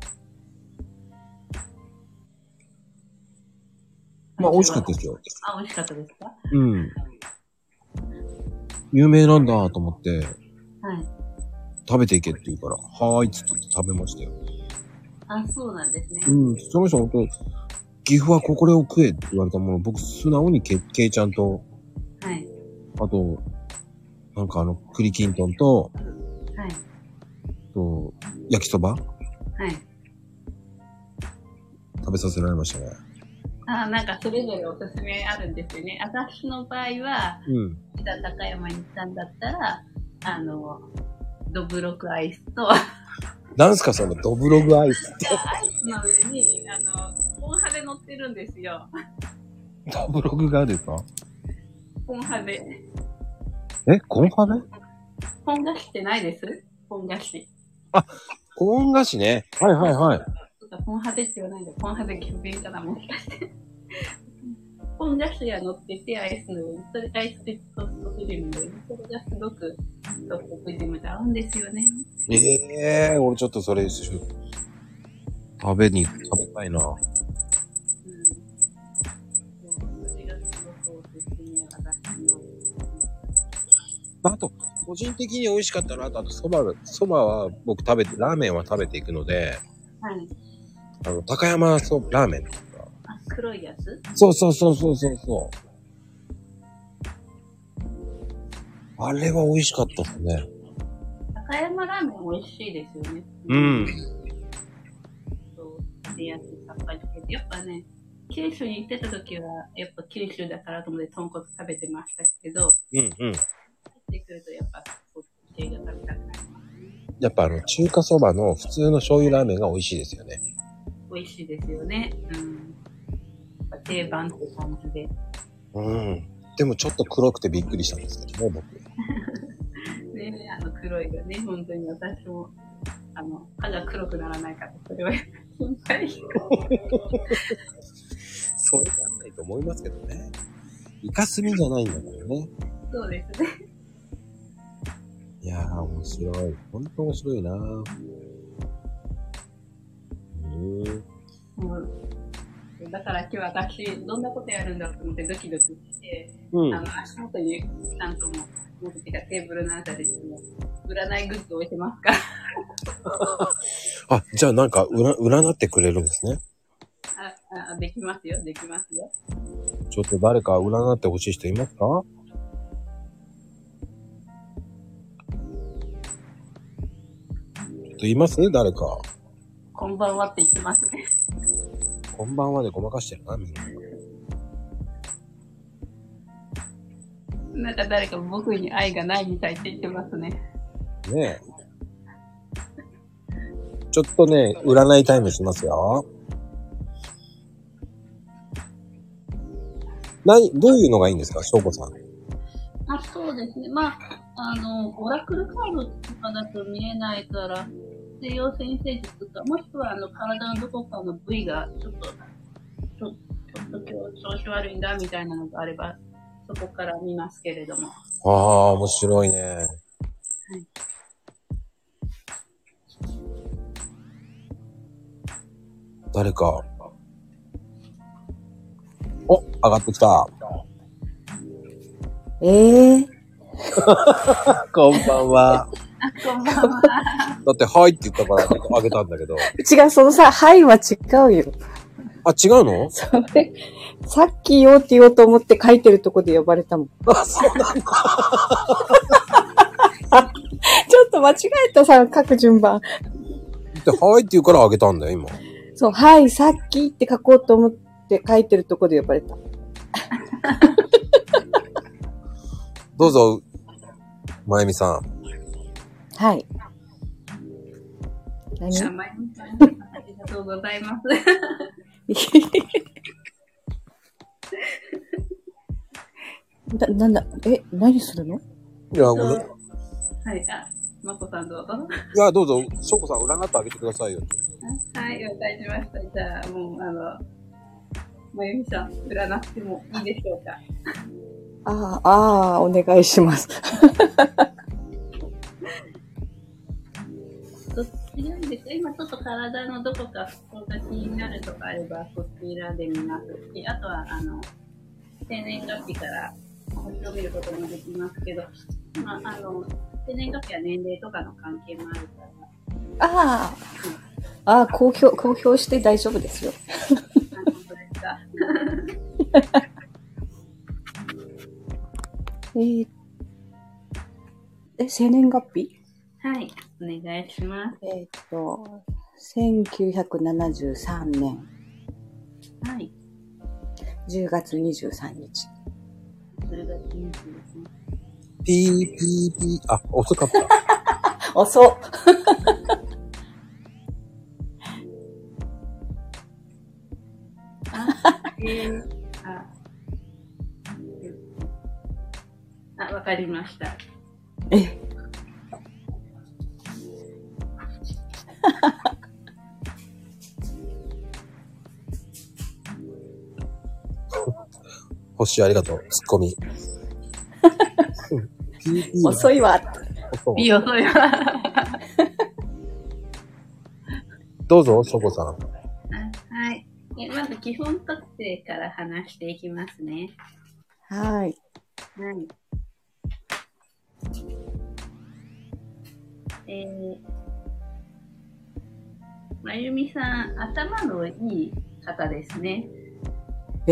S1: まあ、美味しかったですよ。
S2: あ、美味しかったですか？
S1: うん。有名なんだと思って、はい。食べていけって言うから、はーいっつって食べましたよ。
S2: あ、そうなんですね。
S1: うん。その人本当、岐阜はここでを食えって言われたもの、僕素直にけ、けいちゃんと、はい。あと、なんかあの、栗きんとんと、はい。と、焼きそば？はい。食べさせられましたね。
S2: あ、なんかそれぞれおすすめあるんですよね。私の場合は、うん。飛騨高山に行ったんだったら、あの、ドブロクアイスと、
S1: なんすかそのドブログアイスって。
S2: アイスの上に、あの、コンハで乗ってるんですよ。
S1: ドブログがですか？
S2: コンハで。
S1: え、コンハで？
S2: コン菓子ってないです？コン菓子。
S1: あ、コーン菓子ね。はいはいはい。
S2: コンハでって言わないんだよ。コンハで岐阜弁かなもしかして。コポン菓子が乗っててアイスの上に、それアイスでソフトクリームの上に、それがすごくソフトクリームと合うんですよね。
S1: ええー、俺ちょっとそれ食べに、食べたいな。うん。そう、それがすごくおすすめ、私の。あと、個人的に美味しかったなと、あと、そば、そばは僕食べて、ラーメンは食べていくので、はい。あの、高山そラーメンとか。
S2: あ、黒いやつ？
S1: そうそうそうそうそうそう。あれは美味しかったですね。
S2: 高山ラーメン美味しいですよね。
S1: うん。
S2: そう、食べやすいさっぱりしてて、やっぱね、九州に行ってた時は、やっぱ九州だからと思って豚骨食べてましたけど、
S1: うんうん。帰
S2: ってくるとやっぱ、こっちが食べたくなります。
S1: やっぱあの、中華そばの普通の醤油ラーメンが美味しいですよね。
S2: 美味しいですよね。うん。定番って感じで。
S1: うん。でもちょっと黒くてびっくりしたんですけどね、僕。
S2: ね、あの黒いがね、本当に私も、あの、歯が黒くならないかと、それは心配。
S1: そうなんないと思いますけどね。イカスミじゃないんだからね。
S2: そうですね。
S1: いやー、面白い。ほんと面白いなぁ。
S2: うん。だから今日私、どんなことやるんだろうと思ってドキドキして、うん、あの、足元にちゃんともう、持ってたテーブルのあたりにも、占いグッズ置いてますから。
S1: あ、じゃあなんか占、占ってくれるんですね。
S2: あ、あ、できますよ、できますよ。
S1: ちょっと誰か占ってほしい人いますか？ちょっといます？誰か。
S2: こんばんはって言ってますね。
S1: こんばんはでごまかしてるな、みんな。
S2: なんか誰か僕に愛がないみたいって言ってますね。
S1: ねえ。ちょっとね、占いタイムしますよ。何、どういうのがいいんですか、しょうこさん。
S2: あ、そうですね。まあ、あの、オラクルカードとかだと見えないから、西洋占星術か、もしくはあの、体のどこかの部位がちょっと、ちょちょっと今日調子悪いんだみたいなのがあれば、そこから見ますけれども。
S1: ああ、面白いね。はい。誰か。お、上がってきた。
S3: ええー。
S1: こんばんは。
S2: あ、こんばんは。
S1: だって、はいって言ったからあげたんだけど。
S3: 違う、そのさ、はいは違うよ。
S1: あ、違うの？
S3: それ、さっきよって言おうと思って書いてるとこで呼ばれたもん。
S1: あ、そうなんだ。
S3: ちょっと間違えたさ、書く順番。
S1: で、はいって言うからあげたんだよ、今。
S3: そう、はい、さっきって書こうと思って書いてるとこで呼ばれた。
S1: どうぞ、まゆみさん。
S3: はい。何？
S2: あ、まゆみさん、ありがとうございます。
S3: な、なんだ、え、何するの？
S1: いや、俺。
S2: はい、あ、まこさんどうぞ。
S1: いや、どうぞ、しょうこさん占ってあげてくださいよ。
S2: はい、了解しました。じゃあ、もう、あの、まゆみさん、占ってもいいでしょうか。
S3: ああ、ああ、お願いします。
S2: どっちなんですか？今ちょっと体のどこかここが気になるとかあれば、そちらで見ますし、あとは、あの、生年月日から星を見ることもできますけど、まあ、あの、生年月日は年齢とかの関係もあるから。
S3: ああ、ああ、公表、公表して大丈夫ですよ。
S2: 本当ですか？
S3: えー、え、生年月日？
S2: はい、お願いします。
S3: えー、っと、せんきゅうひゃくななじゅうさんねん。
S2: はい。
S3: じゅうがつにじゅうさんにち。
S2: じゅうがつにじゅうさんにち。
S1: ピーピーピー。あ、遅かった。
S3: 遅っ。
S2: あ、えー、あ、あ、わかりました。
S3: え
S1: 星ありがとう。ツッコミ。
S3: 遅いわ。
S2: いい遅いわ。
S1: どうぞ、しょこさん。
S2: はい。まず基本特性から話していきますね。
S3: はい。
S2: はい。えー、まゆみさん、頭のいい方ですね。
S3: え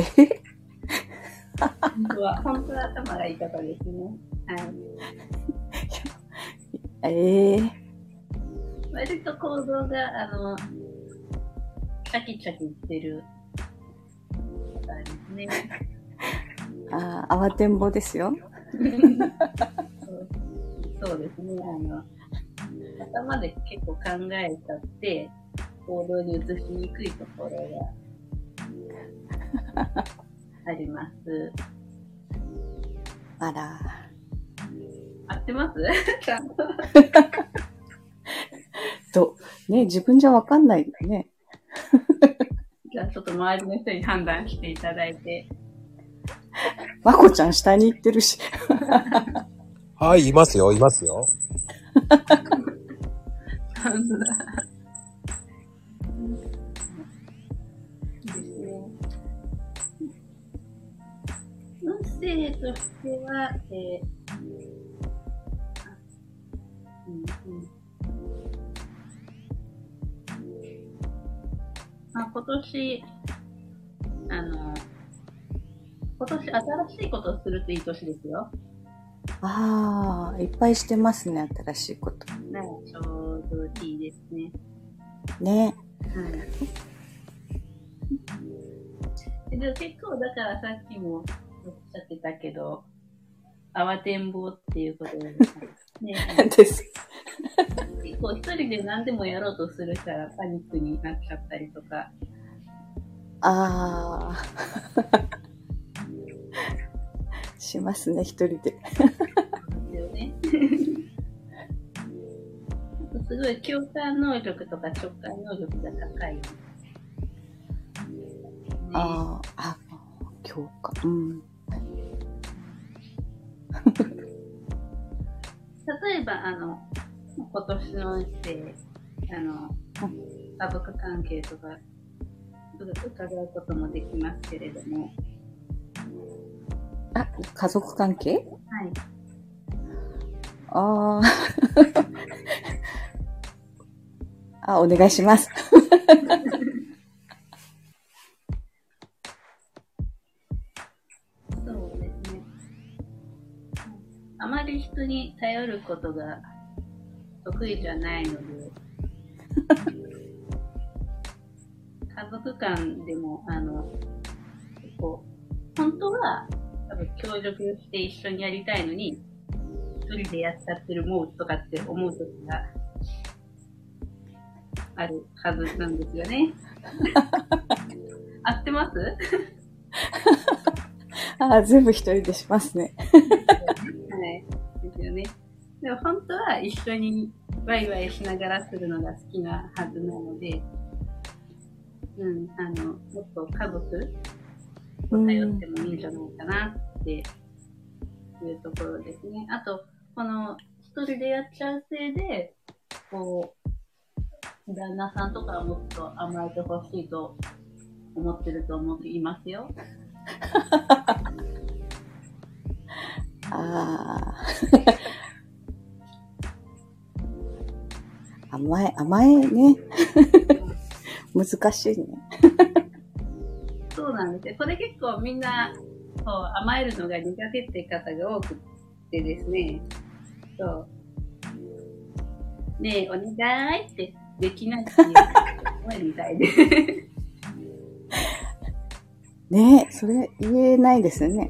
S2: 本当は、本当は頭がいい方ですね。
S3: はい。えー、
S2: 割と行動が、あの、チャキチャキしてる方ですね。
S3: ああ、慌てんぼですよ。
S2: そうそうですね。あの、頭で結構考えちゃって、行動に移しにくいところがあります。
S3: あら。
S2: 合ってますちゃんと。
S3: と、ね、自分じゃわかんないよね。
S2: じゃあちょっと周りの人に判断していただいて。
S3: まこちゃん下に行ってるし。
S1: はい、いますよ、いますよ。
S2: 本当だ。ですね。運勢としては、えーうんうんまあ、今年、あの、今年新しいことをするといい年ですよ。
S3: ああ、いっぱいしてますね、新しいこと。
S2: ね、ちょうどいいですね。
S3: ね。
S2: うん。でも結構だからさっきもおっしゃってたけど、慌てんぼうっていうことで、ね、
S3: です。
S2: 結構一人で何でもやろうとするからパニックになっちゃったりとか。
S3: ああ。しますね、一人で。
S2: ですよね。すごい共感能力とか直感能力が高い。ね、
S3: ああ、共感。うん。
S2: 例えば、あの、今年の運勢、あの、家族関係とか、伺うこともできますけれども。
S3: あ、家族関係？
S2: はい。
S3: ああ。あ、お願いします。
S2: そうですね。あまり人に頼ることが得意じゃないので、家族間でも、あの、こう、本当は、多分協力して一緒にやりたいのに、一人でやっちゃってるもうとかって思う時があるはずなんですよね。合ってます
S3: ああ、全部一人でしますね。
S2: はい。ですよね。でも本当は一緒にワイワイしながらするのが好きなはずなので、うん、あの、もっと家族を頼ってもいいんじゃないかなっていうところですね。あと、この一人でやっちゃうせいで、こう、旦那さんとかはもっと甘えてほしいと思ってると思いますよ。
S3: ああ。甘え、甘えね。難しいね。
S2: そうなんですよ。これ結構みんな、そう、甘えるのが苦手って方が多くてですね。そう。ねえ、お願いってできないっていうみたいで。
S3: ねえ、それ言えないですよね。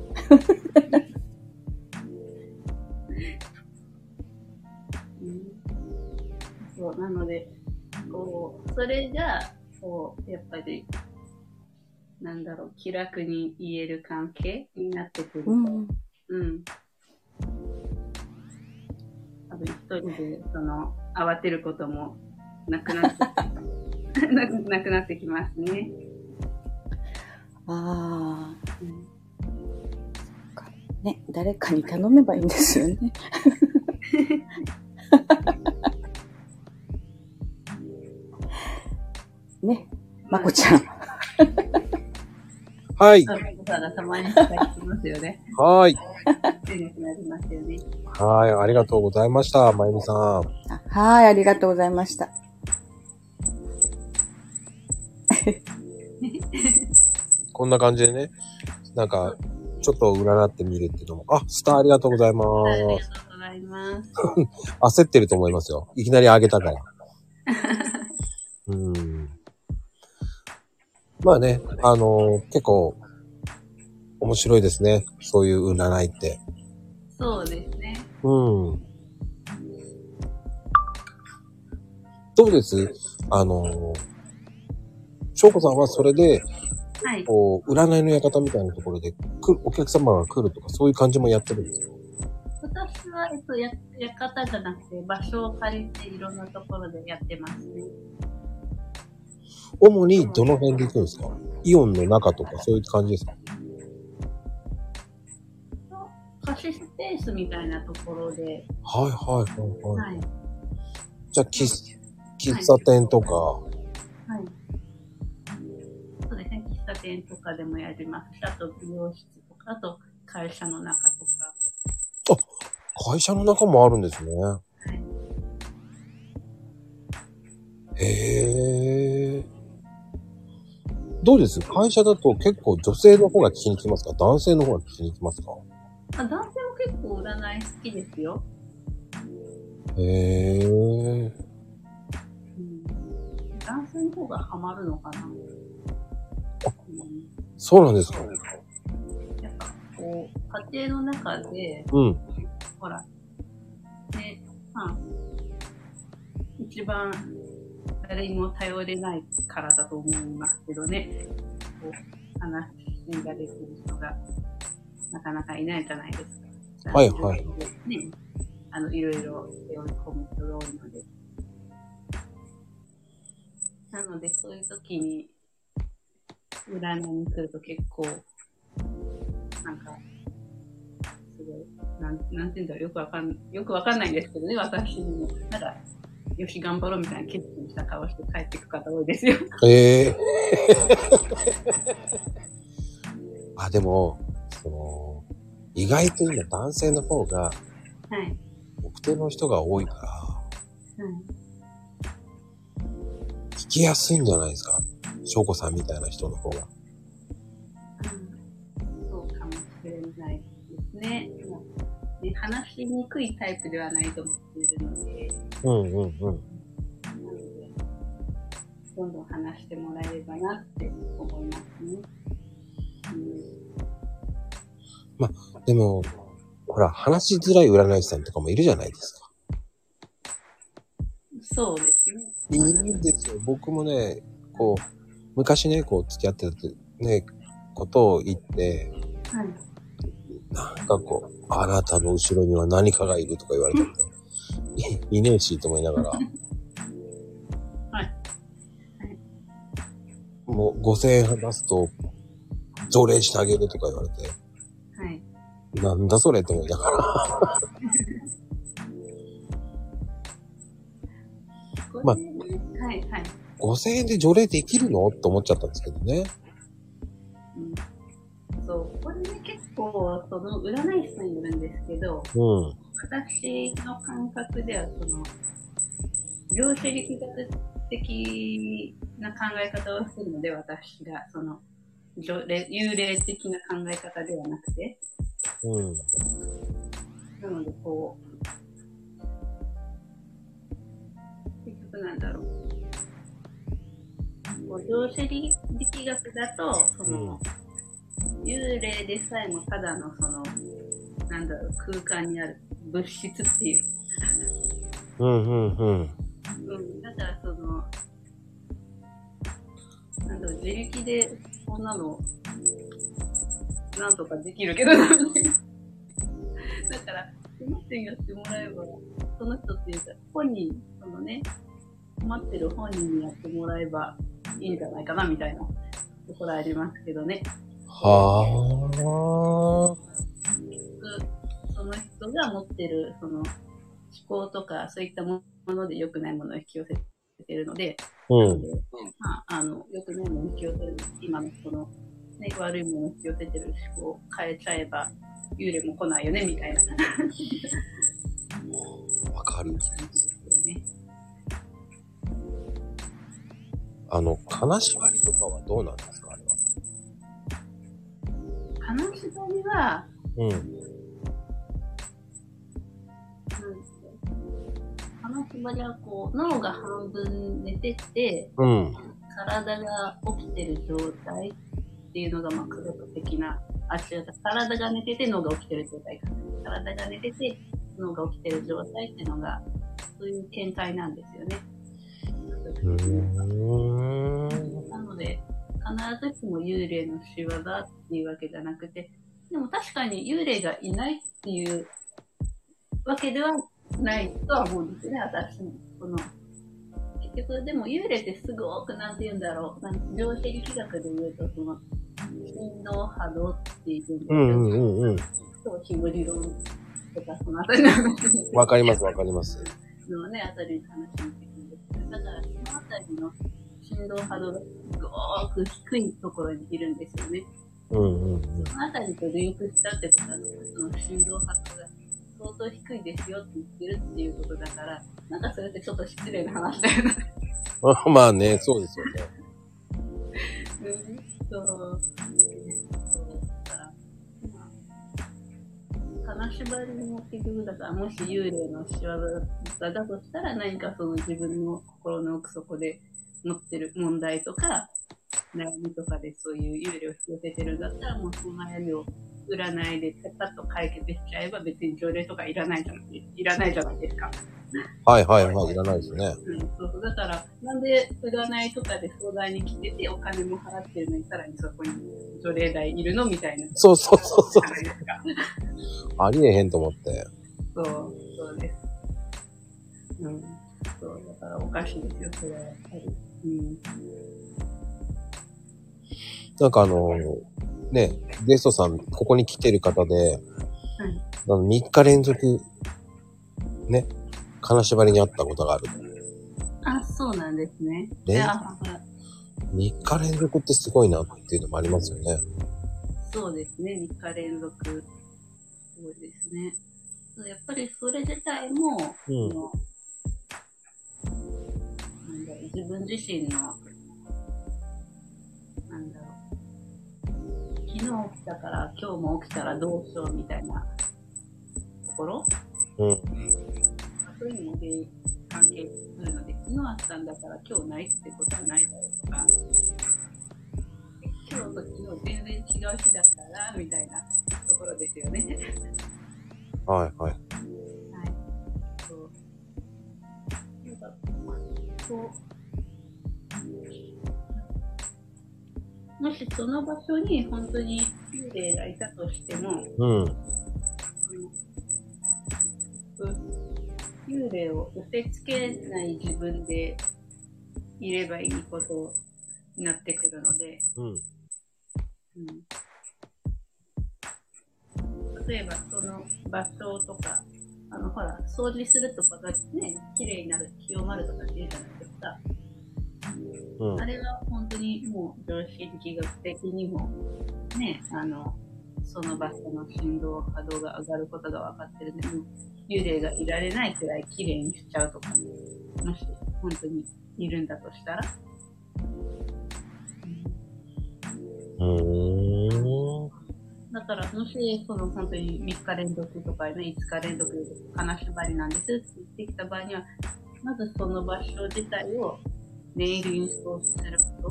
S2: うん、そう、なので、こう、それが、こう、やっぱり、なんだろう、気楽に言える関係になってくると。うん。うん。多分一人で、その、慌てることもなくなって、なく、なくなってきますね。
S3: ああ、
S2: うん。
S3: ね、誰かに頼めばいいんですよね。ね、まこちゃん。
S1: はい。
S2: たまに使ってますよね。
S1: はい。
S2: なりますよね。
S1: はい、ありがとうございました、まゆみさん。
S3: はい、ありがとうございました。
S1: こんな感じでね、なんか、ちょっと占ってみるっていうのも、あ、スターありがとうございます。
S2: ありがとうございま
S1: す。焦ってると思いますよ。いきなりあげたから。うん。まあね、あのー、結構、面白いですね。そういう占いって。
S2: そうですね。
S1: うん。どうですあのー、しょうこさんはそれで、はい、こう、占いの館みたいなところで、くお客様が来るとか、そういう感じもやってるんですか？
S2: 私は、えっと、や、館じゃなくて、場所を借りていろんなところでやってますね。
S1: 主にどの辺で行くんですか？イオンの中とか、そういう感じですか？
S2: 貸しスペースみたいなところで。
S1: はいはいはいはい。
S2: はい、
S1: じゃあ、喫、喫茶店とか、はい。
S2: はい。そうですね。喫茶店とかでもやりますし、あと美容室とか、あと会社の中とか。
S1: あ、会社の中もあるんですね。はい。へー。どうです？会社だと結構女性の方が聞きに来ますか？男性の方が聞きに来ますか？
S2: あ、男性も結構占い好きですよ。
S1: へー。うん、
S2: 男性の方がハマるのかな。あ、うん、
S1: そうなんですか。
S2: やっぱこう家庭の中で、
S1: うん、
S2: ほら、ね、まあ一番誰にも頼れないからだと思いますけどね。こう話ができる人がなかなかいないじゃないですか。
S1: はいはい。
S2: ね、あのいろいろ背負い込む人が多いので。なのでそういう時に占いに来ると結構なんかすごいなんなんていうんだろうよくわかんよくわかんないんですけどね、私にもなんかよし頑張ろうみたいな決心した顔して帰っていく方多いですよ。
S1: ええー。あ、でもその意外と今男性の方がはい特定の人が多いから、はい、聞きやすいんじゃないですか。しょうこさんみたいな人の方が。
S2: うん、そうかもしれないですね。もうね、話しにくいタイプではないと思っているので。
S1: うんうんうん。なので、
S2: どんどん話してもらえればなって思いますね。うん、
S1: まあ、でも、ほら、話しづらい占い師さんとかもいるじゃないですか。
S2: そうですね。
S1: いるんですよ。僕もね、こう、昔ね、こう、付き合ってたね、ことを言って、はい、なんかこう、あなたの後ろには何かがいるとか言われて、い, いねえしと思いながら、はい、はい、もうごせんえん出すと、条例してあげるとか言われて、はい、なんだそれと思いながら。まあ、はいはい。ごせんえんで除霊できるのと思っちゃったんですけどね。
S2: うん、そう、これね結構その占い師さんいるんですけど、うん、私の感覚ではその量子力学的な考え方をするので、私がその幽霊的な考え方ではなくて、うん、なのでこう結局なんだろう。量子力学だと、その、うん、幽霊でさえもただのその、なんだろう、空間にある物質っていう。
S1: うんうんうん。うん、
S2: だからその、なんだろう、自力でこんなの、なんとかできるけどな、みたいな。だから、その人にやってもらえば、その人っていうか、本人、そのね、困ってる本人にやってもらえば、いいんじゃないかなみたいなところありますけどね。
S1: は
S2: が持ってる、その、思考とか、そういったもので良くないものを引き寄せているので、うん。まあ、あの、良くないものを引き寄せる、今のこの、ね、悪いものを引き寄せてる思考を変えちゃえば、幽霊も来ないよね、みたいな。
S1: わかる。あの、金縛りとかはどうなんですか、あれは。
S2: 金縛りは、うん。金縛りはこう、脳が半分寝てて、うん、体が起きてる状態っていうのが、まあ、科学的な、あ、違う、体が寝てて脳が起きてる状態か。体が寝てて脳が起きてる状態っていうのが、そういう見解なんですよね。うーん、なので、必ずしも幽霊の仕業っていうわけじゃなくて、でも確かに幽霊がいないっていうわけではないとは思うんですよね、私も。この結局、でも幽霊ってすごく、なんて言うんだろう、なんか量子力学で言うと、その、振動波動っていうんですけど、うんうんうん。そう、ひも理論とか、そのあたりの話。
S1: わかります、わかります。
S2: のね、あたりの話になってくるんですけど、だから、そのあたりの振動波動がすごく低いところにいるんですよね。うんうんうん。そのあたりとリンクしたってことは、その振動波動が相当低いですよって言ってるっていうことだから、なんかそれってちょっと失礼な話だよね。
S1: まあね、そうですよね。
S2: うん、そう、そうだから、まあ、金縛りも結局だから、もし幽霊の仕業だとしたら、何かその自分の心の奥底で持ってる問題とか、悩みとかでそういう幽霊を引き寄せてるんだったら、もうその悩みを占いでパッと解決しちゃえば別に条例とかいらないじゃない、いらないじゃないですか。
S1: はいはいはい、いらないですね。
S2: うん、そうそう。だから、なんで占いとかで相談に来ててお金も払ってるのにさらにそこに条例代いるのみたいな。
S1: そうそうそうそう。ありえへんと思って。
S2: そう、そうです。うん。そう、だからおかしいですよ、それはやっぱり。うん。
S1: なんかあの、ね、ゲストさん、ここに来てる方で、はい、あのみっか連続、ね、金縛りにあったことがある。
S2: あ、そうなんですね。
S1: みっか連続ってすごいなっていうのもありますよね。そう
S2: ですね、みっか連続。そうですね。やっぱりそれ自体も、うん、のなんだろう、自分自身の、なんだろう、昨日起きたから今日も起きたらどうしようみたいなところ、うん、そういうのも関係するので、昨日あったんだから今日ないってことはないだろうとか、今日と昨日全然違う日だったらみたいなところですよね。
S1: はいはい。はい。
S2: そう。なんかそう。もしその場所に本当に幽霊がいたとしても、うん。幽霊を寄せつけない自分でいればいいことになってくるので、うんうん、例えばその場所とか、あのほら掃除するとまたね、綺麗になる、清まるとかって言うじゃないですか。うん、あれは本当にもう常識力学的にもね、あのその場所の振動波動が上がることが分かってるので、幽霊がいられないくらい綺麗にしちゃうとか、もし本当にいるんだとしたら、うん、だからもしその本当にみっか連続とか、ね、いつか連続金縛りなんですって言ってきた場合には、まずその場所自体を念入りに掃除すること。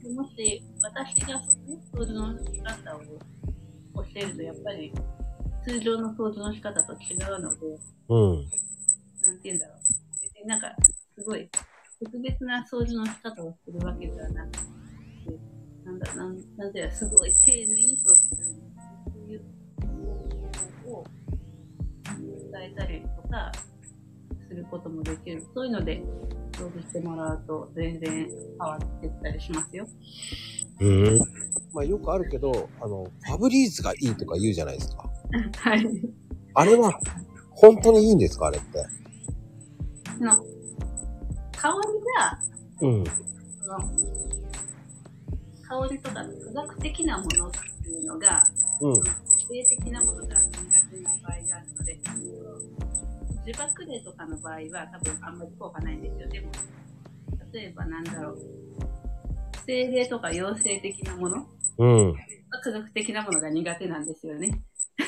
S2: もし私がその、ね、掃除の仕方を教えると、やっぱり通常の掃除の仕方と違うので、うん、なんて言うんだろう。別になんかすごい特別な掃除の仕方をするわけではなくて、なんだなんなんていうかすごい丁寧に掃除する。そういう方法を伝えたりとかすることもできる。そういうので掃除してもらうと全然変わっていったりしますよ。
S1: うん。まあよくあるけど、あのファブリーズがいいとか言うじゃないですか。
S2: はい。
S1: あれは、本当にいいんですかあれって。
S2: の、香りが、うん。その、香りとか科学的なものっていうのが、うん。性的なものが苦手な場合があるので、呪縛霊とかの場合は多分あんまり効果ないんですよ。でも、例えばなんだろう。精霊とか妖精的なもの、うん。科学的なものが苦手なんですよね。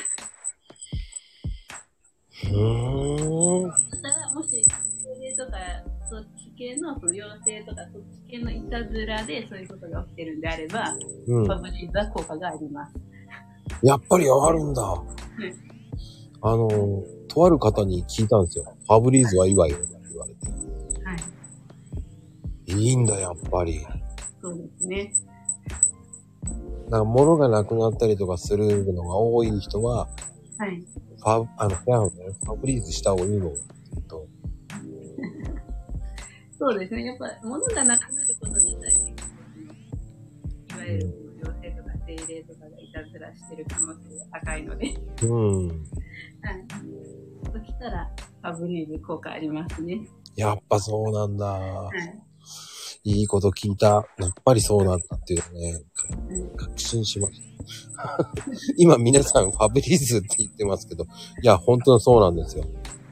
S2: うーん。だからもし精霊とかそっち系のその妖精とかそっち系のいたずらでそういうことが起きてるんであれば、うん、ファブリーズは効果があります。
S1: やっぱりあるんだ。うん、あのとある方に聞いたんですよ。ファブリーズはいいわよって言われて。はい。いいんだやっぱり。
S2: そうですね。
S1: だから物がなくなったりとかするのが多い人は、はい。ファあの部屋をねファブリーズした方がいいのって言うと。
S2: そうですね。やっぱ物がなくなること自体に、いわゆる妖精とか精霊とかがいたずらしてる可能性が高いので。うん。はい。そしたらファブリーズ効果ありますね。
S1: やっぱそうなんだ。はい。いいこと聞いた。やっぱりそうなんだっていうね、確信しました。今皆さんファブリーズって言ってますけど、いや、本当にそうなんですよ。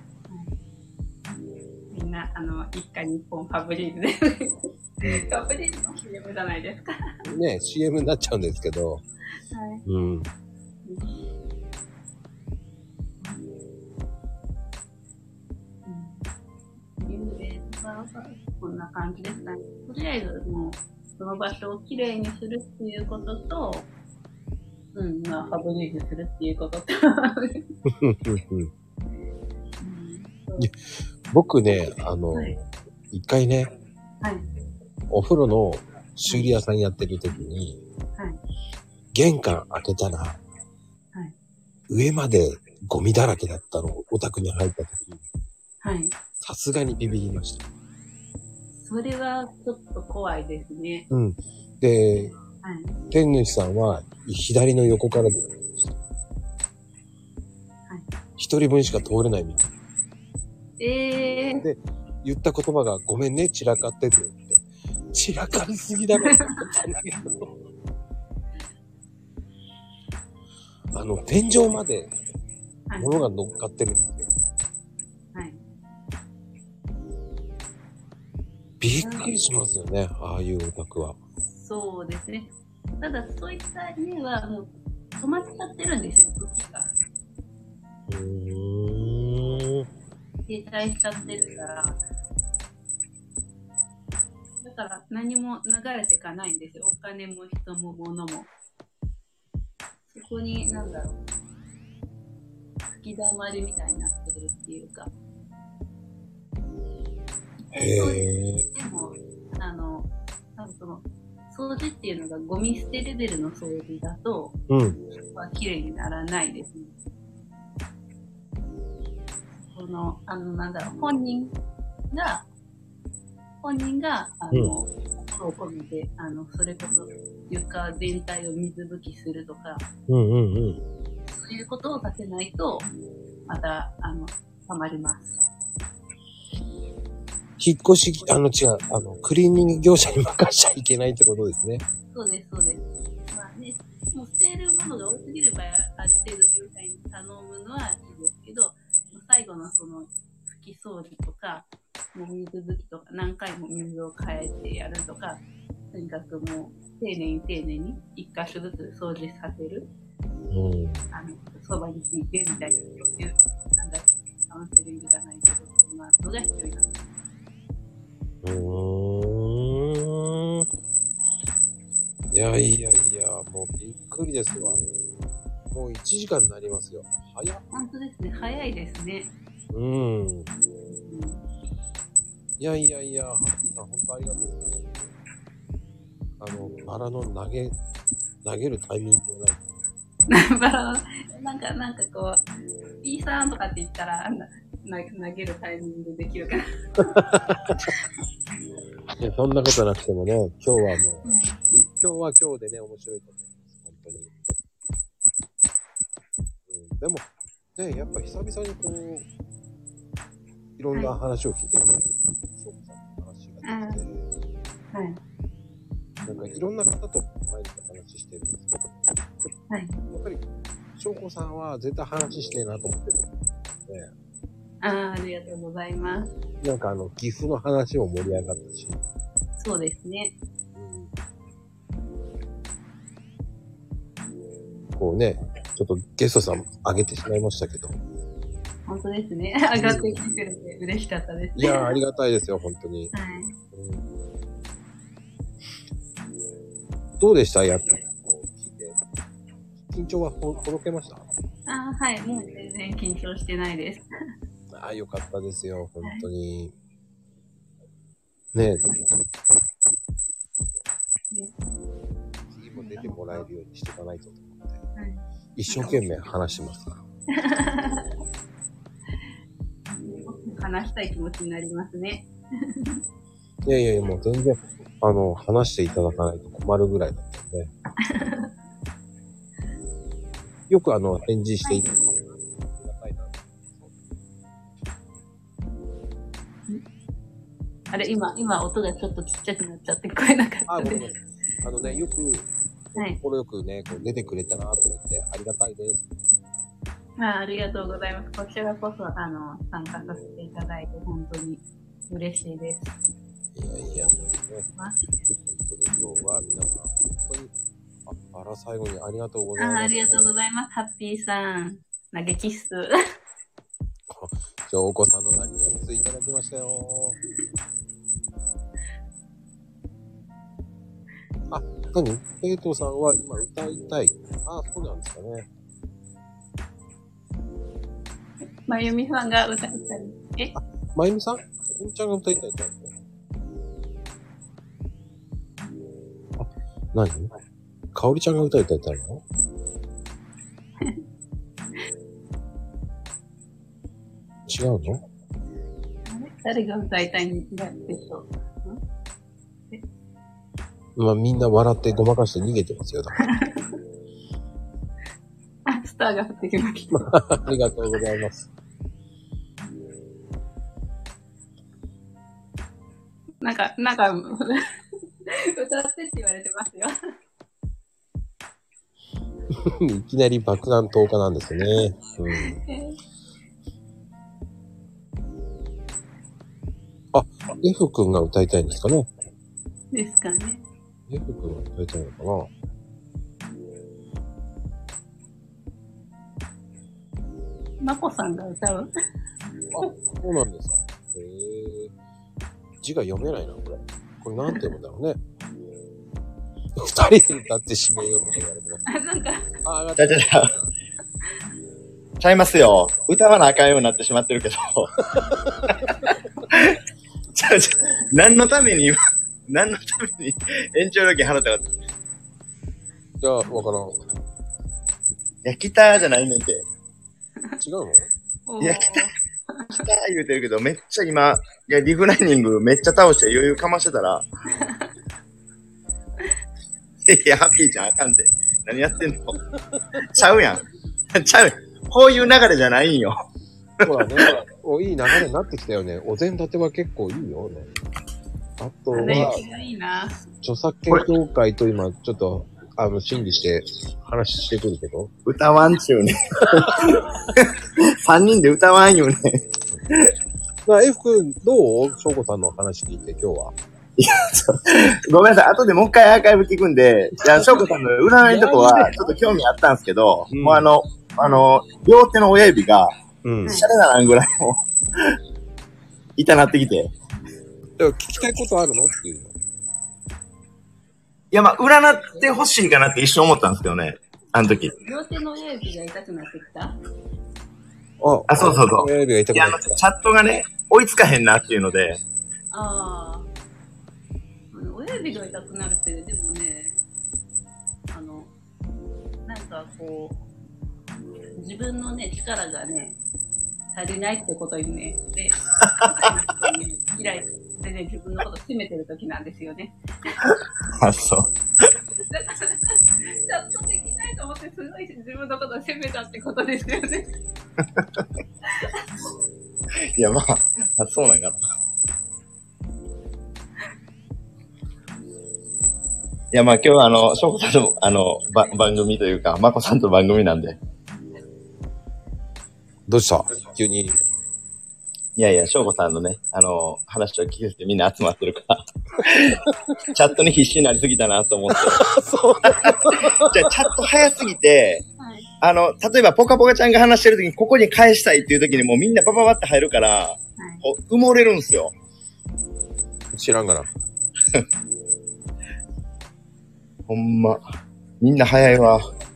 S2: みんな、あの、一家に一本ファブリーズで。ファブリーズの シーエム じゃないですか。
S1: ね、シーエム になっちゃうんですけど。はい。うん。うん
S2: こんな感じですかね。とりあえずもうその場所をきれいにするっていうことと、うん、まあファブリーズするっていうことと。
S1: 僕ね、あの、はい、一回ね、はい、お風呂の修理屋さんやってる時に、はい、玄関開けたら、はい、上までゴミだらけだったの、お宅に入った時に、はい、さすがにビビりました。
S2: それはちょっと怖いですね。
S1: うん。で、はい、天主さんは左の横から出てきました。はい。一人分しか通れないみたいな。ええー。で、言った言葉がごめんね、散らかっててって。散らかりすぎだろって思ったんだけど。あの、天井まで物が乗っかってるんですよ。はい。びっくりしますよね、ああいうお宅は。
S2: そうですね。ただ、そういった家はもう止まっちゃってるんですよ、時が。うーん。停滞しちゃってるから。だから何も流れていかないんですよ。お金も人も物も。そこに、なんだろう。吹き溜まりみたいになってるっていうか。へー。でも、あの、多分その、掃除っていうのがゴミ捨てレベルの掃除だと、うん。は綺麗にならないですね。この、あの、なんだろう、本人が、本人が、あの、心を込めて、あの、それこそ床全体を水拭きするとか、うんうんうん。そういうことをさせないと、また、あの、溜まります。
S1: 引っ越し、あの、違う、あの、クリーニング業者に任しちゃいけないってことですね。
S2: そうです、そうです。まあね、もう捨てるものが多すぎる場合は、ある程度業者に頼むのはいいですけど、最後のその、拭き掃除とか、もう水拭きとか、何回も水を変えてやるとか、とにかくもう、丁寧に丁寧に一箇所ずつ掃除させる。うん。あの、そばについてみたいな、そういう、なんだ、カウンセリングじゃないけど、そんなのが必要になってます。う
S1: ーん。いやいやいや、もうびっくりですわ。もういちじかんになりますよ。早っ。
S2: 本当ですね。早いですね。
S1: うん。うん、いやいやいや、ハッピーさん、本当ありがとうございます。あの、バラの投げ、投げるタイミングが
S2: ない。バラの、なんか、なんかこう、P さんとかって言ったら、投げるタイミングできるかな。
S1: いや、そんなことなくてもね、今日はもう、うん、今日は今日でね、面白いと思います。本当に。うん、でも、 で、やっぱ久々にこう、いろんな話を聞いてね、翔子さんの話が出てて、
S2: はい。
S1: なんかいろんな方と毎日話してるんですけど、
S2: はい。
S1: やっぱり翔子さんは絶対話してえなと思ってるんですね。
S2: ああ、ありがとうございます。
S1: なんかあの、岐阜の話も盛り上がったし。
S2: そうですね。
S1: うん、こうね、ちょっとゲストさん上げてしまいましたけど。
S2: 本当ですね。上がってきてくれて嬉しかったです、ね。
S1: いやー、ありがたいですよ、本当に。
S2: はい。
S1: うん、どうでしたやっぱりこう聞いて。緊張はほほどけました？
S2: ああ、はい。もう全然緊張してないです。
S1: ああ、よかったですよ、本当に。はい、ねえ。次も出てもらえるようにしていかないとと思って、はい、一生懸命話してますから。
S2: 話したい気持ちになりますね。
S1: いやいやいや、もう全然、あの、話していただかないと困るぐらいだったんで。よくあの、返事していただくのがありがたいな。
S2: あれ、今、今音がちょっとちっちゃくなっちゃって聞こえなかったです。
S1: あ、ごめん。あのね、よく、はい、心よくね、こう出てくれたなと思ってありがたいです。
S2: あ, ありがとうございます。こちらこそ、あの、参加させていただいて、本当に嬉しいです。
S1: いやいや、ね、本当に今日は皆さん、本当に、あ、あら、最後にありがとうございます。
S2: あ, ありがとうございます。ハッピーさん、投げキッス。
S1: 今日お子さんの投げキッスいただきましたよ。あ、何？ペイトさんは今歌いたい。あ、そうなんですかね。
S2: まゆみさんが歌いたい。え？
S1: あ、まゆみさん？みんちゃんが歌いたいってあ、何？かおりちゃんが歌いたいってあるの？違うの？
S2: 誰が歌いたいんだでしょう？
S1: まあ、みんな笑ってごまかして逃げてますよ。だから
S2: あ、スターが降ってきました。
S1: ありがとうございます。
S2: なんか、なんか、歌ってって言われてますよ。
S1: いきなり爆弾投下なんですね。うん、あ、F 君が歌いたいんですかね。
S2: ですかね。
S1: F 君が歌いたいのかな。
S2: まこさんが歌う？
S1: あ、そうなんですか。へえ。字が読めないな、これ。これなんて読むんだろうね。二人で歌ってしめようとか言われてます。
S2: あ、なんか。
S4: あ、上がってちゃちゃちゃいますよ。歌わなあかんようになってしまってるけど。ちゃちゃ、何のために、何のために延長料金払ったかって。い
S1: や、わからん。
S4: いや、来たじゃないねんて。
S1: 違う
S4: の？いや、来た。来た言うてるけど、めっちゃ今、いや、リフライニングめっちゃ倒して余裕かましてたら、いや、ハッピーちゃんあかんて。何やってんの？ちゃうやん。ちゃう。こういう流れじゃないんよ。
S1: ほらね、おいい流れになってきたよね。お膳立ては結構いいよね。あとは、
S2: いいな。
S1: 著作権協会と今、ちょっと、あの、審議して話してくるけど。
S4: 歌わんちゅうね。三人で歌わんよね。
S1: まあ、F 君、どう？翔子さんの話聞いて、今日は。
S4: いや、ちょ、ごめんなさい。後でもう一回アーカイブ聞くんで、いや、翔子さんの占いのとこは、ちょっと興味あったんですけど、うん、もうあの、あの、両手の親指が、うん。シャレならんぐらいも、痛なってきて。
S1: だから聞きたいことあるのっていうの。い
S4: や、まあ、占ってほしいかなって一瞬思ったんですけどね。あの時。
S2: 両手の親指が痛くなってきた？あ、
S4: あ、そうそうそう。
S1: 親指が痛くなってきた。
S4: いや、チャットがね、追いつかへんなっていうので。
S2: ああ。あの、親指が痛くなるって、でもね、あの、なんかこう、自分のね、力がね、足りないってことにね、で、以来でね、自分のこと責めてる時なんですよね。
S4: あ、そう。
S2: だから、チャットできないと思って、すごい自分のことを責めたってことですよね。
S4: いや、まあ、あそうなんかな。いや、まあ今日はあの、翔子さんの、あの、ば、番組というか、まこさんと番組なんで。
S1: どうした急に。
S4: いやいや、翔子さんのね、あの、話を聞けてみんな集まってるから、チャットに必死になりすぎたなと思って。そうじゃあ、チャット早すぎて、はい、あの、例えばポカポカちゃんが話してるときに、ここに返したいっていうときにもうみんなバババって入るから、はい、こう埋もれるんですよ。
S1: 知らんがな。
S4: ほんま。みんな早いわ。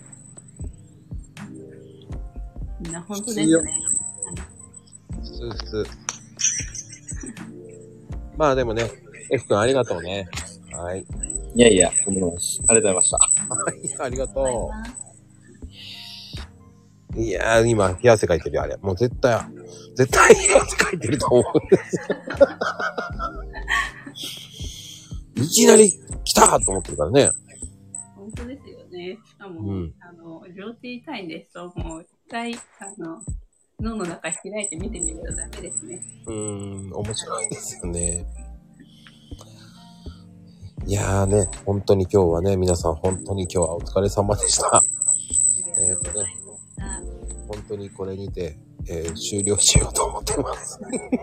S2: みんな本当ですね。
S1: スースー。まあでもね、F 君ありがとうね。はい。
S4: いやいや、とんでもないです。ありがとうございました。
S1: はい、ありがとう。いやー、今、冷や汗かいてるよ、あれ。もう絶対、絶対冷や汗かいてると思うんですよ。いきなり来たーと思ってるからね。
S2: 本当ですよね。しかも、うん、あの、両手痛いんですと、もう一回、あの、脳の中開いて見てみるとダメですね。
S1: うーん、面白いですよね。いやーね、本当に今日はね、皆さん本当に今日はお疲れ様でした。えっとね、本当にこれにて、えー、終了しようと思ってます。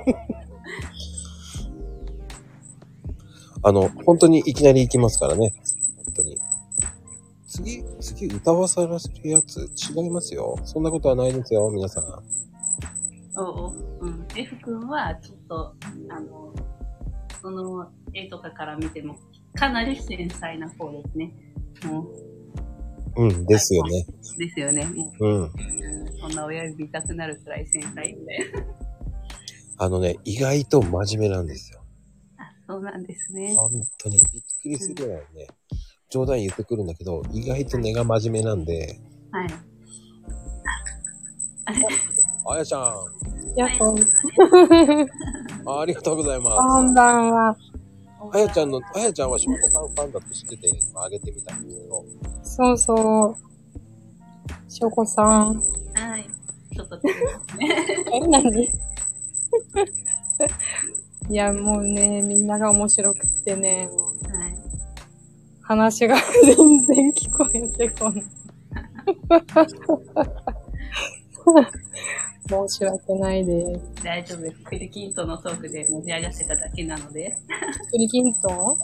S1: あの、本当にいきなり行きますからね。本当に。次、次歌わさらせるやつ違いますよ。そんなことはないですよ、皆さん。
S2: おう、うん。F 君はちょっと、あの、その絵とかから見ても、かなり繊細な方ですね。も
S1: う。うん、ですよね。
S2: ですよね。
S1: うん。うん、
S2: そんな親指痛くなるくらい繊細で。
S1: あのね、意外と真面目なんですよ。
S2: あ、そうなんですね。
S1: 本当にびっくりするぐらいね、うん、冗談言ってくるんだけど、意外と根が真面目なんで。
S2: はい。
S1: あやちゃん。
S3: やっほー。
S1: あ、ありがとうございます。
S3: こんばんは。
S1: あやちゃんの、あやちゃんはしょうこさんファンだって知ってて、今あげてみたんですけど。
S3: そうそう。しょうこさん。
S2: はい。ちょっと違いますね。
S3: え、何いや、もうね、みんなが面白くてね。はい。話が全然聞こえてこない。申し訳ないです。
S2: 大丈夫です。クリキントンのトークで盛り上がってただけなので。
S3: クリキントン？
S2: はい。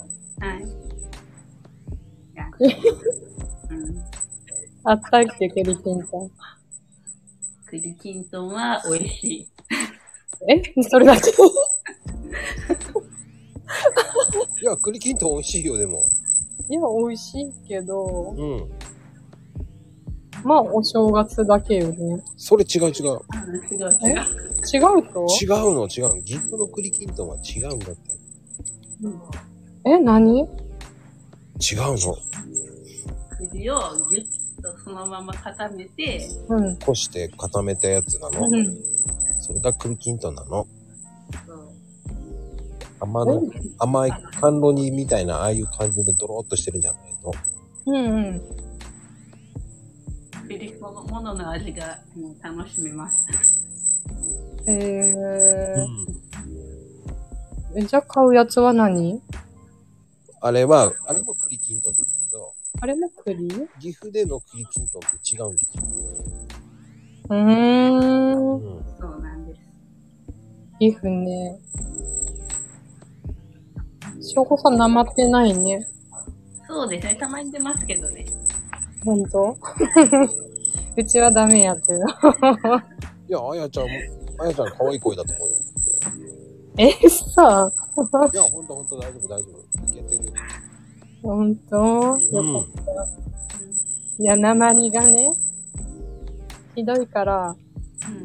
S3: うん、あったっけ、クリキントン。
S2: クリキントンは美味しい。
S3: え？それだけ？
S1: いや、クリキントン美味しいよ、でも。
S3: いや、美味しいけど。
S1: うん。
S3: まあ、お正月だけよね。
S1: それ違う違う。
S2: 違う違う。
S3: え？違うと？
S1: 違うの違うの。岐阜の栗きんとんは違うんだって。
S3: うん、え、何？違う
S1: の。
S2: 栗をギュッとそのまま固めて、
S3: うん。
S1: こして固めたやつなの。うん。それが栗きんとんなの。そう。甘の、甘い甘露煮みたいなああいう感じでドローっとしてるんじゃないの？
S3: うんうん。
S2: 栗そのものの味がもう楽しめます。
S3: へえー。うん、じゃあ買うやつは何？
S1: あれは、あれも栗きんとんなんだけど。
S3: あれも栗？
S1: 岐阜での栗きんとんって違うんですよ。
S3: うーん。
S2: うん、そうなんです。
S3: 岐阜ね。しょうこさんなまってないね。
S2: そうですね。たまに出ますけどね。
S3: ほんと？うちはダメやってる。
S1: いや、あやちゃん、あやちゃん可愛い声だと思うよ。
S3: え、さ
S1: いや、ほんとほんと大丈夫大丈夫。いけてる。
S3: ほんと？よかった。うん、いや、鉛がね、ひどいから、うん、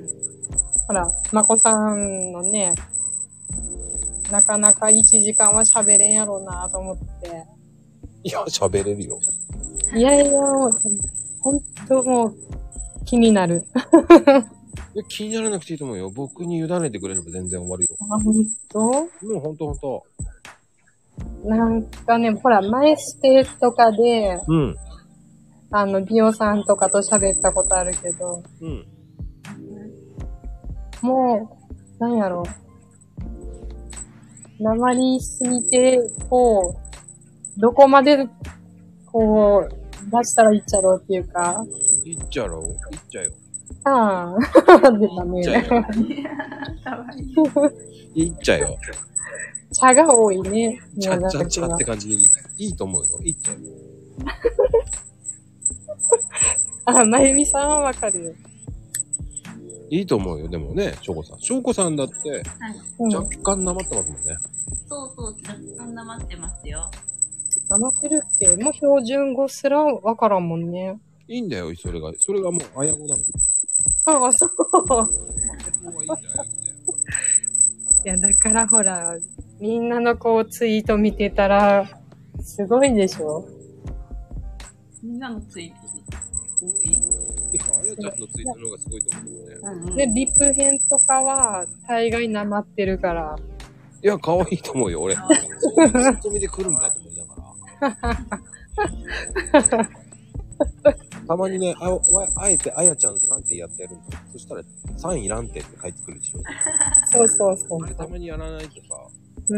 S3: ほら、まこさんのね、なかなかいちじかんは喋れんやろうなと思って。
S1: いや、喋れるよ。
S3: いやいや、ほんともう、気になる。
S1: いや、気にならなくていいと思うよ。僕に委ねてくれれば全然終わるよ。
S3: あ、ほんと？
S1: うん、ほんとほんと。
S3: なんかね、ほら、前ステとかで、
S1: うん。
S3: あの、美容さんとかと喋ったことあるけど、うん。もう、なんやろ。訛りすぎて、こう、どこまで、こう、出したらいいっちゃろうっていうか。
S1: いっちゃろういっちゃよ。
S3: ああ、出たね。
S1: いっちゃよ。
S3: 茶が多いね。
S1: 茶、茶、茶って感じでいい。いいと思うよ。いっちゃよ。
S3: あ、まゆみさんはわかるよ。
S1: いいと思うよ。でもね、しょうこさん。しょうこさんだって、はい、若干なまってますもんね。
S2: そうそう、若干なまってますよ。
S3: なまってるって、もう標準語すらわからんもんね。
S1: いいんだよ、それが。それがもう、あやごだもん。
S3: ああ、そう。いや、だからほら、みんなのこうツイート見てたら、すごいでしょ？
S2: みんなのツイートすごい？い
S1: や、あやちゃんのツイートの方がすごいと思うよね。
S3: うんうん、で、リップ編とかは、大概なまってるから。
S1: いや、可愛いと思うよ、俺。そういうツッコミで来るんだと思いながら。たまにね、あ、あえてあやちゃんさんってやってやるんだよ。そしたら、さんいらんてって帰ってくるでしょ。
S3: そうそうそう。
S1: あれたまにやらないとさ、
S3: うん。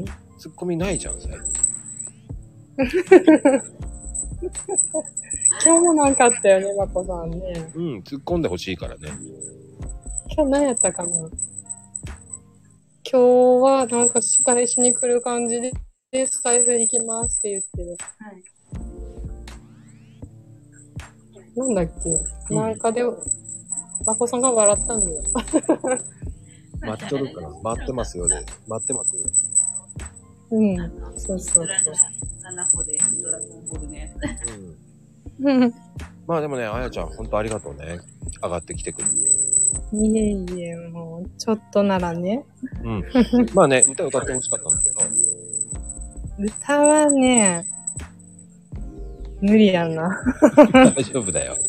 S1: ツッコミないじゃん、最近。
S3: 今日もなんかあったよね、まこさんね。
S1: うん、突っ込んでほしいからね。
S3: 今日何やったかな？今日はなんか仕返しに来る感じで、で、スタイフ行きますって言ってる。はい。なんだっけ、うん、なんかで、まこさんが笑ったんだよ。
S1: 待っとるかな待ってますよね。待ってますよ。
S3: うん。そうそうそう。
S2: ななこでドラゴンボールのやつ。
S3: うん。
S1: まあでもね、あやちゃんほんとありがとうね。上がってきてくれて。
S3: いえいえ、もう、ちょっとならね。
S1: うん。まあね、歌歌ってほしかったんだけど。
S3: 歌はね、無理やな。
S1: 大丈夫だよ。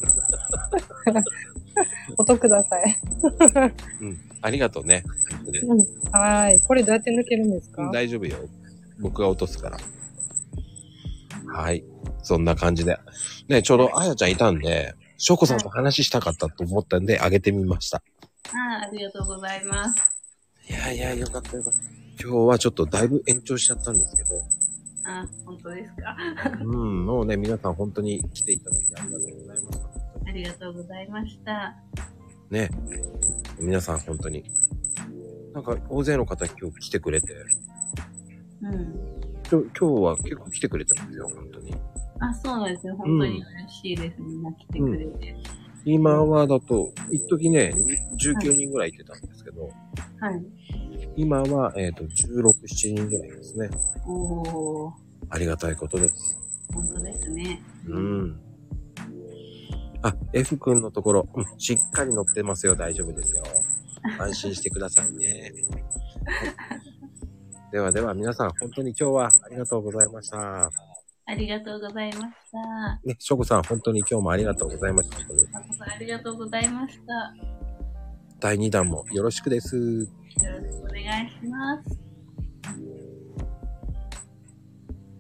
S3: 音ください。
S1: うん。ありがとうね。
S3: うん。はーい。これどうやって抜けるんですか？
S1: 大丈夫よ。僕が落とすから。はい。そんな感じで。ね、ちょうどあやちゃんいたんで、しょうこさんと話したかったと思ったんで、あげてみました。
S2: ああ、ありがとうございます。
S1: いやいや、よかったよかった。今日はちょっとだいぶ延長しちゃったんですけど。
S2: あ、本当ですか。
S1: うん、もうね、皆さん本当に来ていただいてありがとうございました。
S2: ありがとうございました。
S1: ね、皆さん本当に。なんか、大勢の方今日来てくれて。
S2: うん。
S1: 今日、今日は結構来てくれてますよ、本当に。
S2: あ、そうなんですよ。本当に嬉しいです。うん、みんな来てくれて。うん、
S1: 今はだと、一時ね、じゅうきゅうにんぐらいいてたんですけど。
S2: はい。
S1: 今は、えっと、じゅうろく、しちにんぐらいですね。
S2: おー。
S1: ありがたいことです。
S2: 本当ですね。
S1: うん。あ、F 君のところ、うん、しっかり乗ってますよ。大丈夫ですよ。安心してくださいね。ではでは皆さん、本当に今日はありがとうございました。
S2: ありがとうございました。
S1: ね、しょこさん、本当に今日もありがとうございました。
S2: ありがとうございました。
S1: だいにだんもよろしくです。
S2: よろしくお願いします。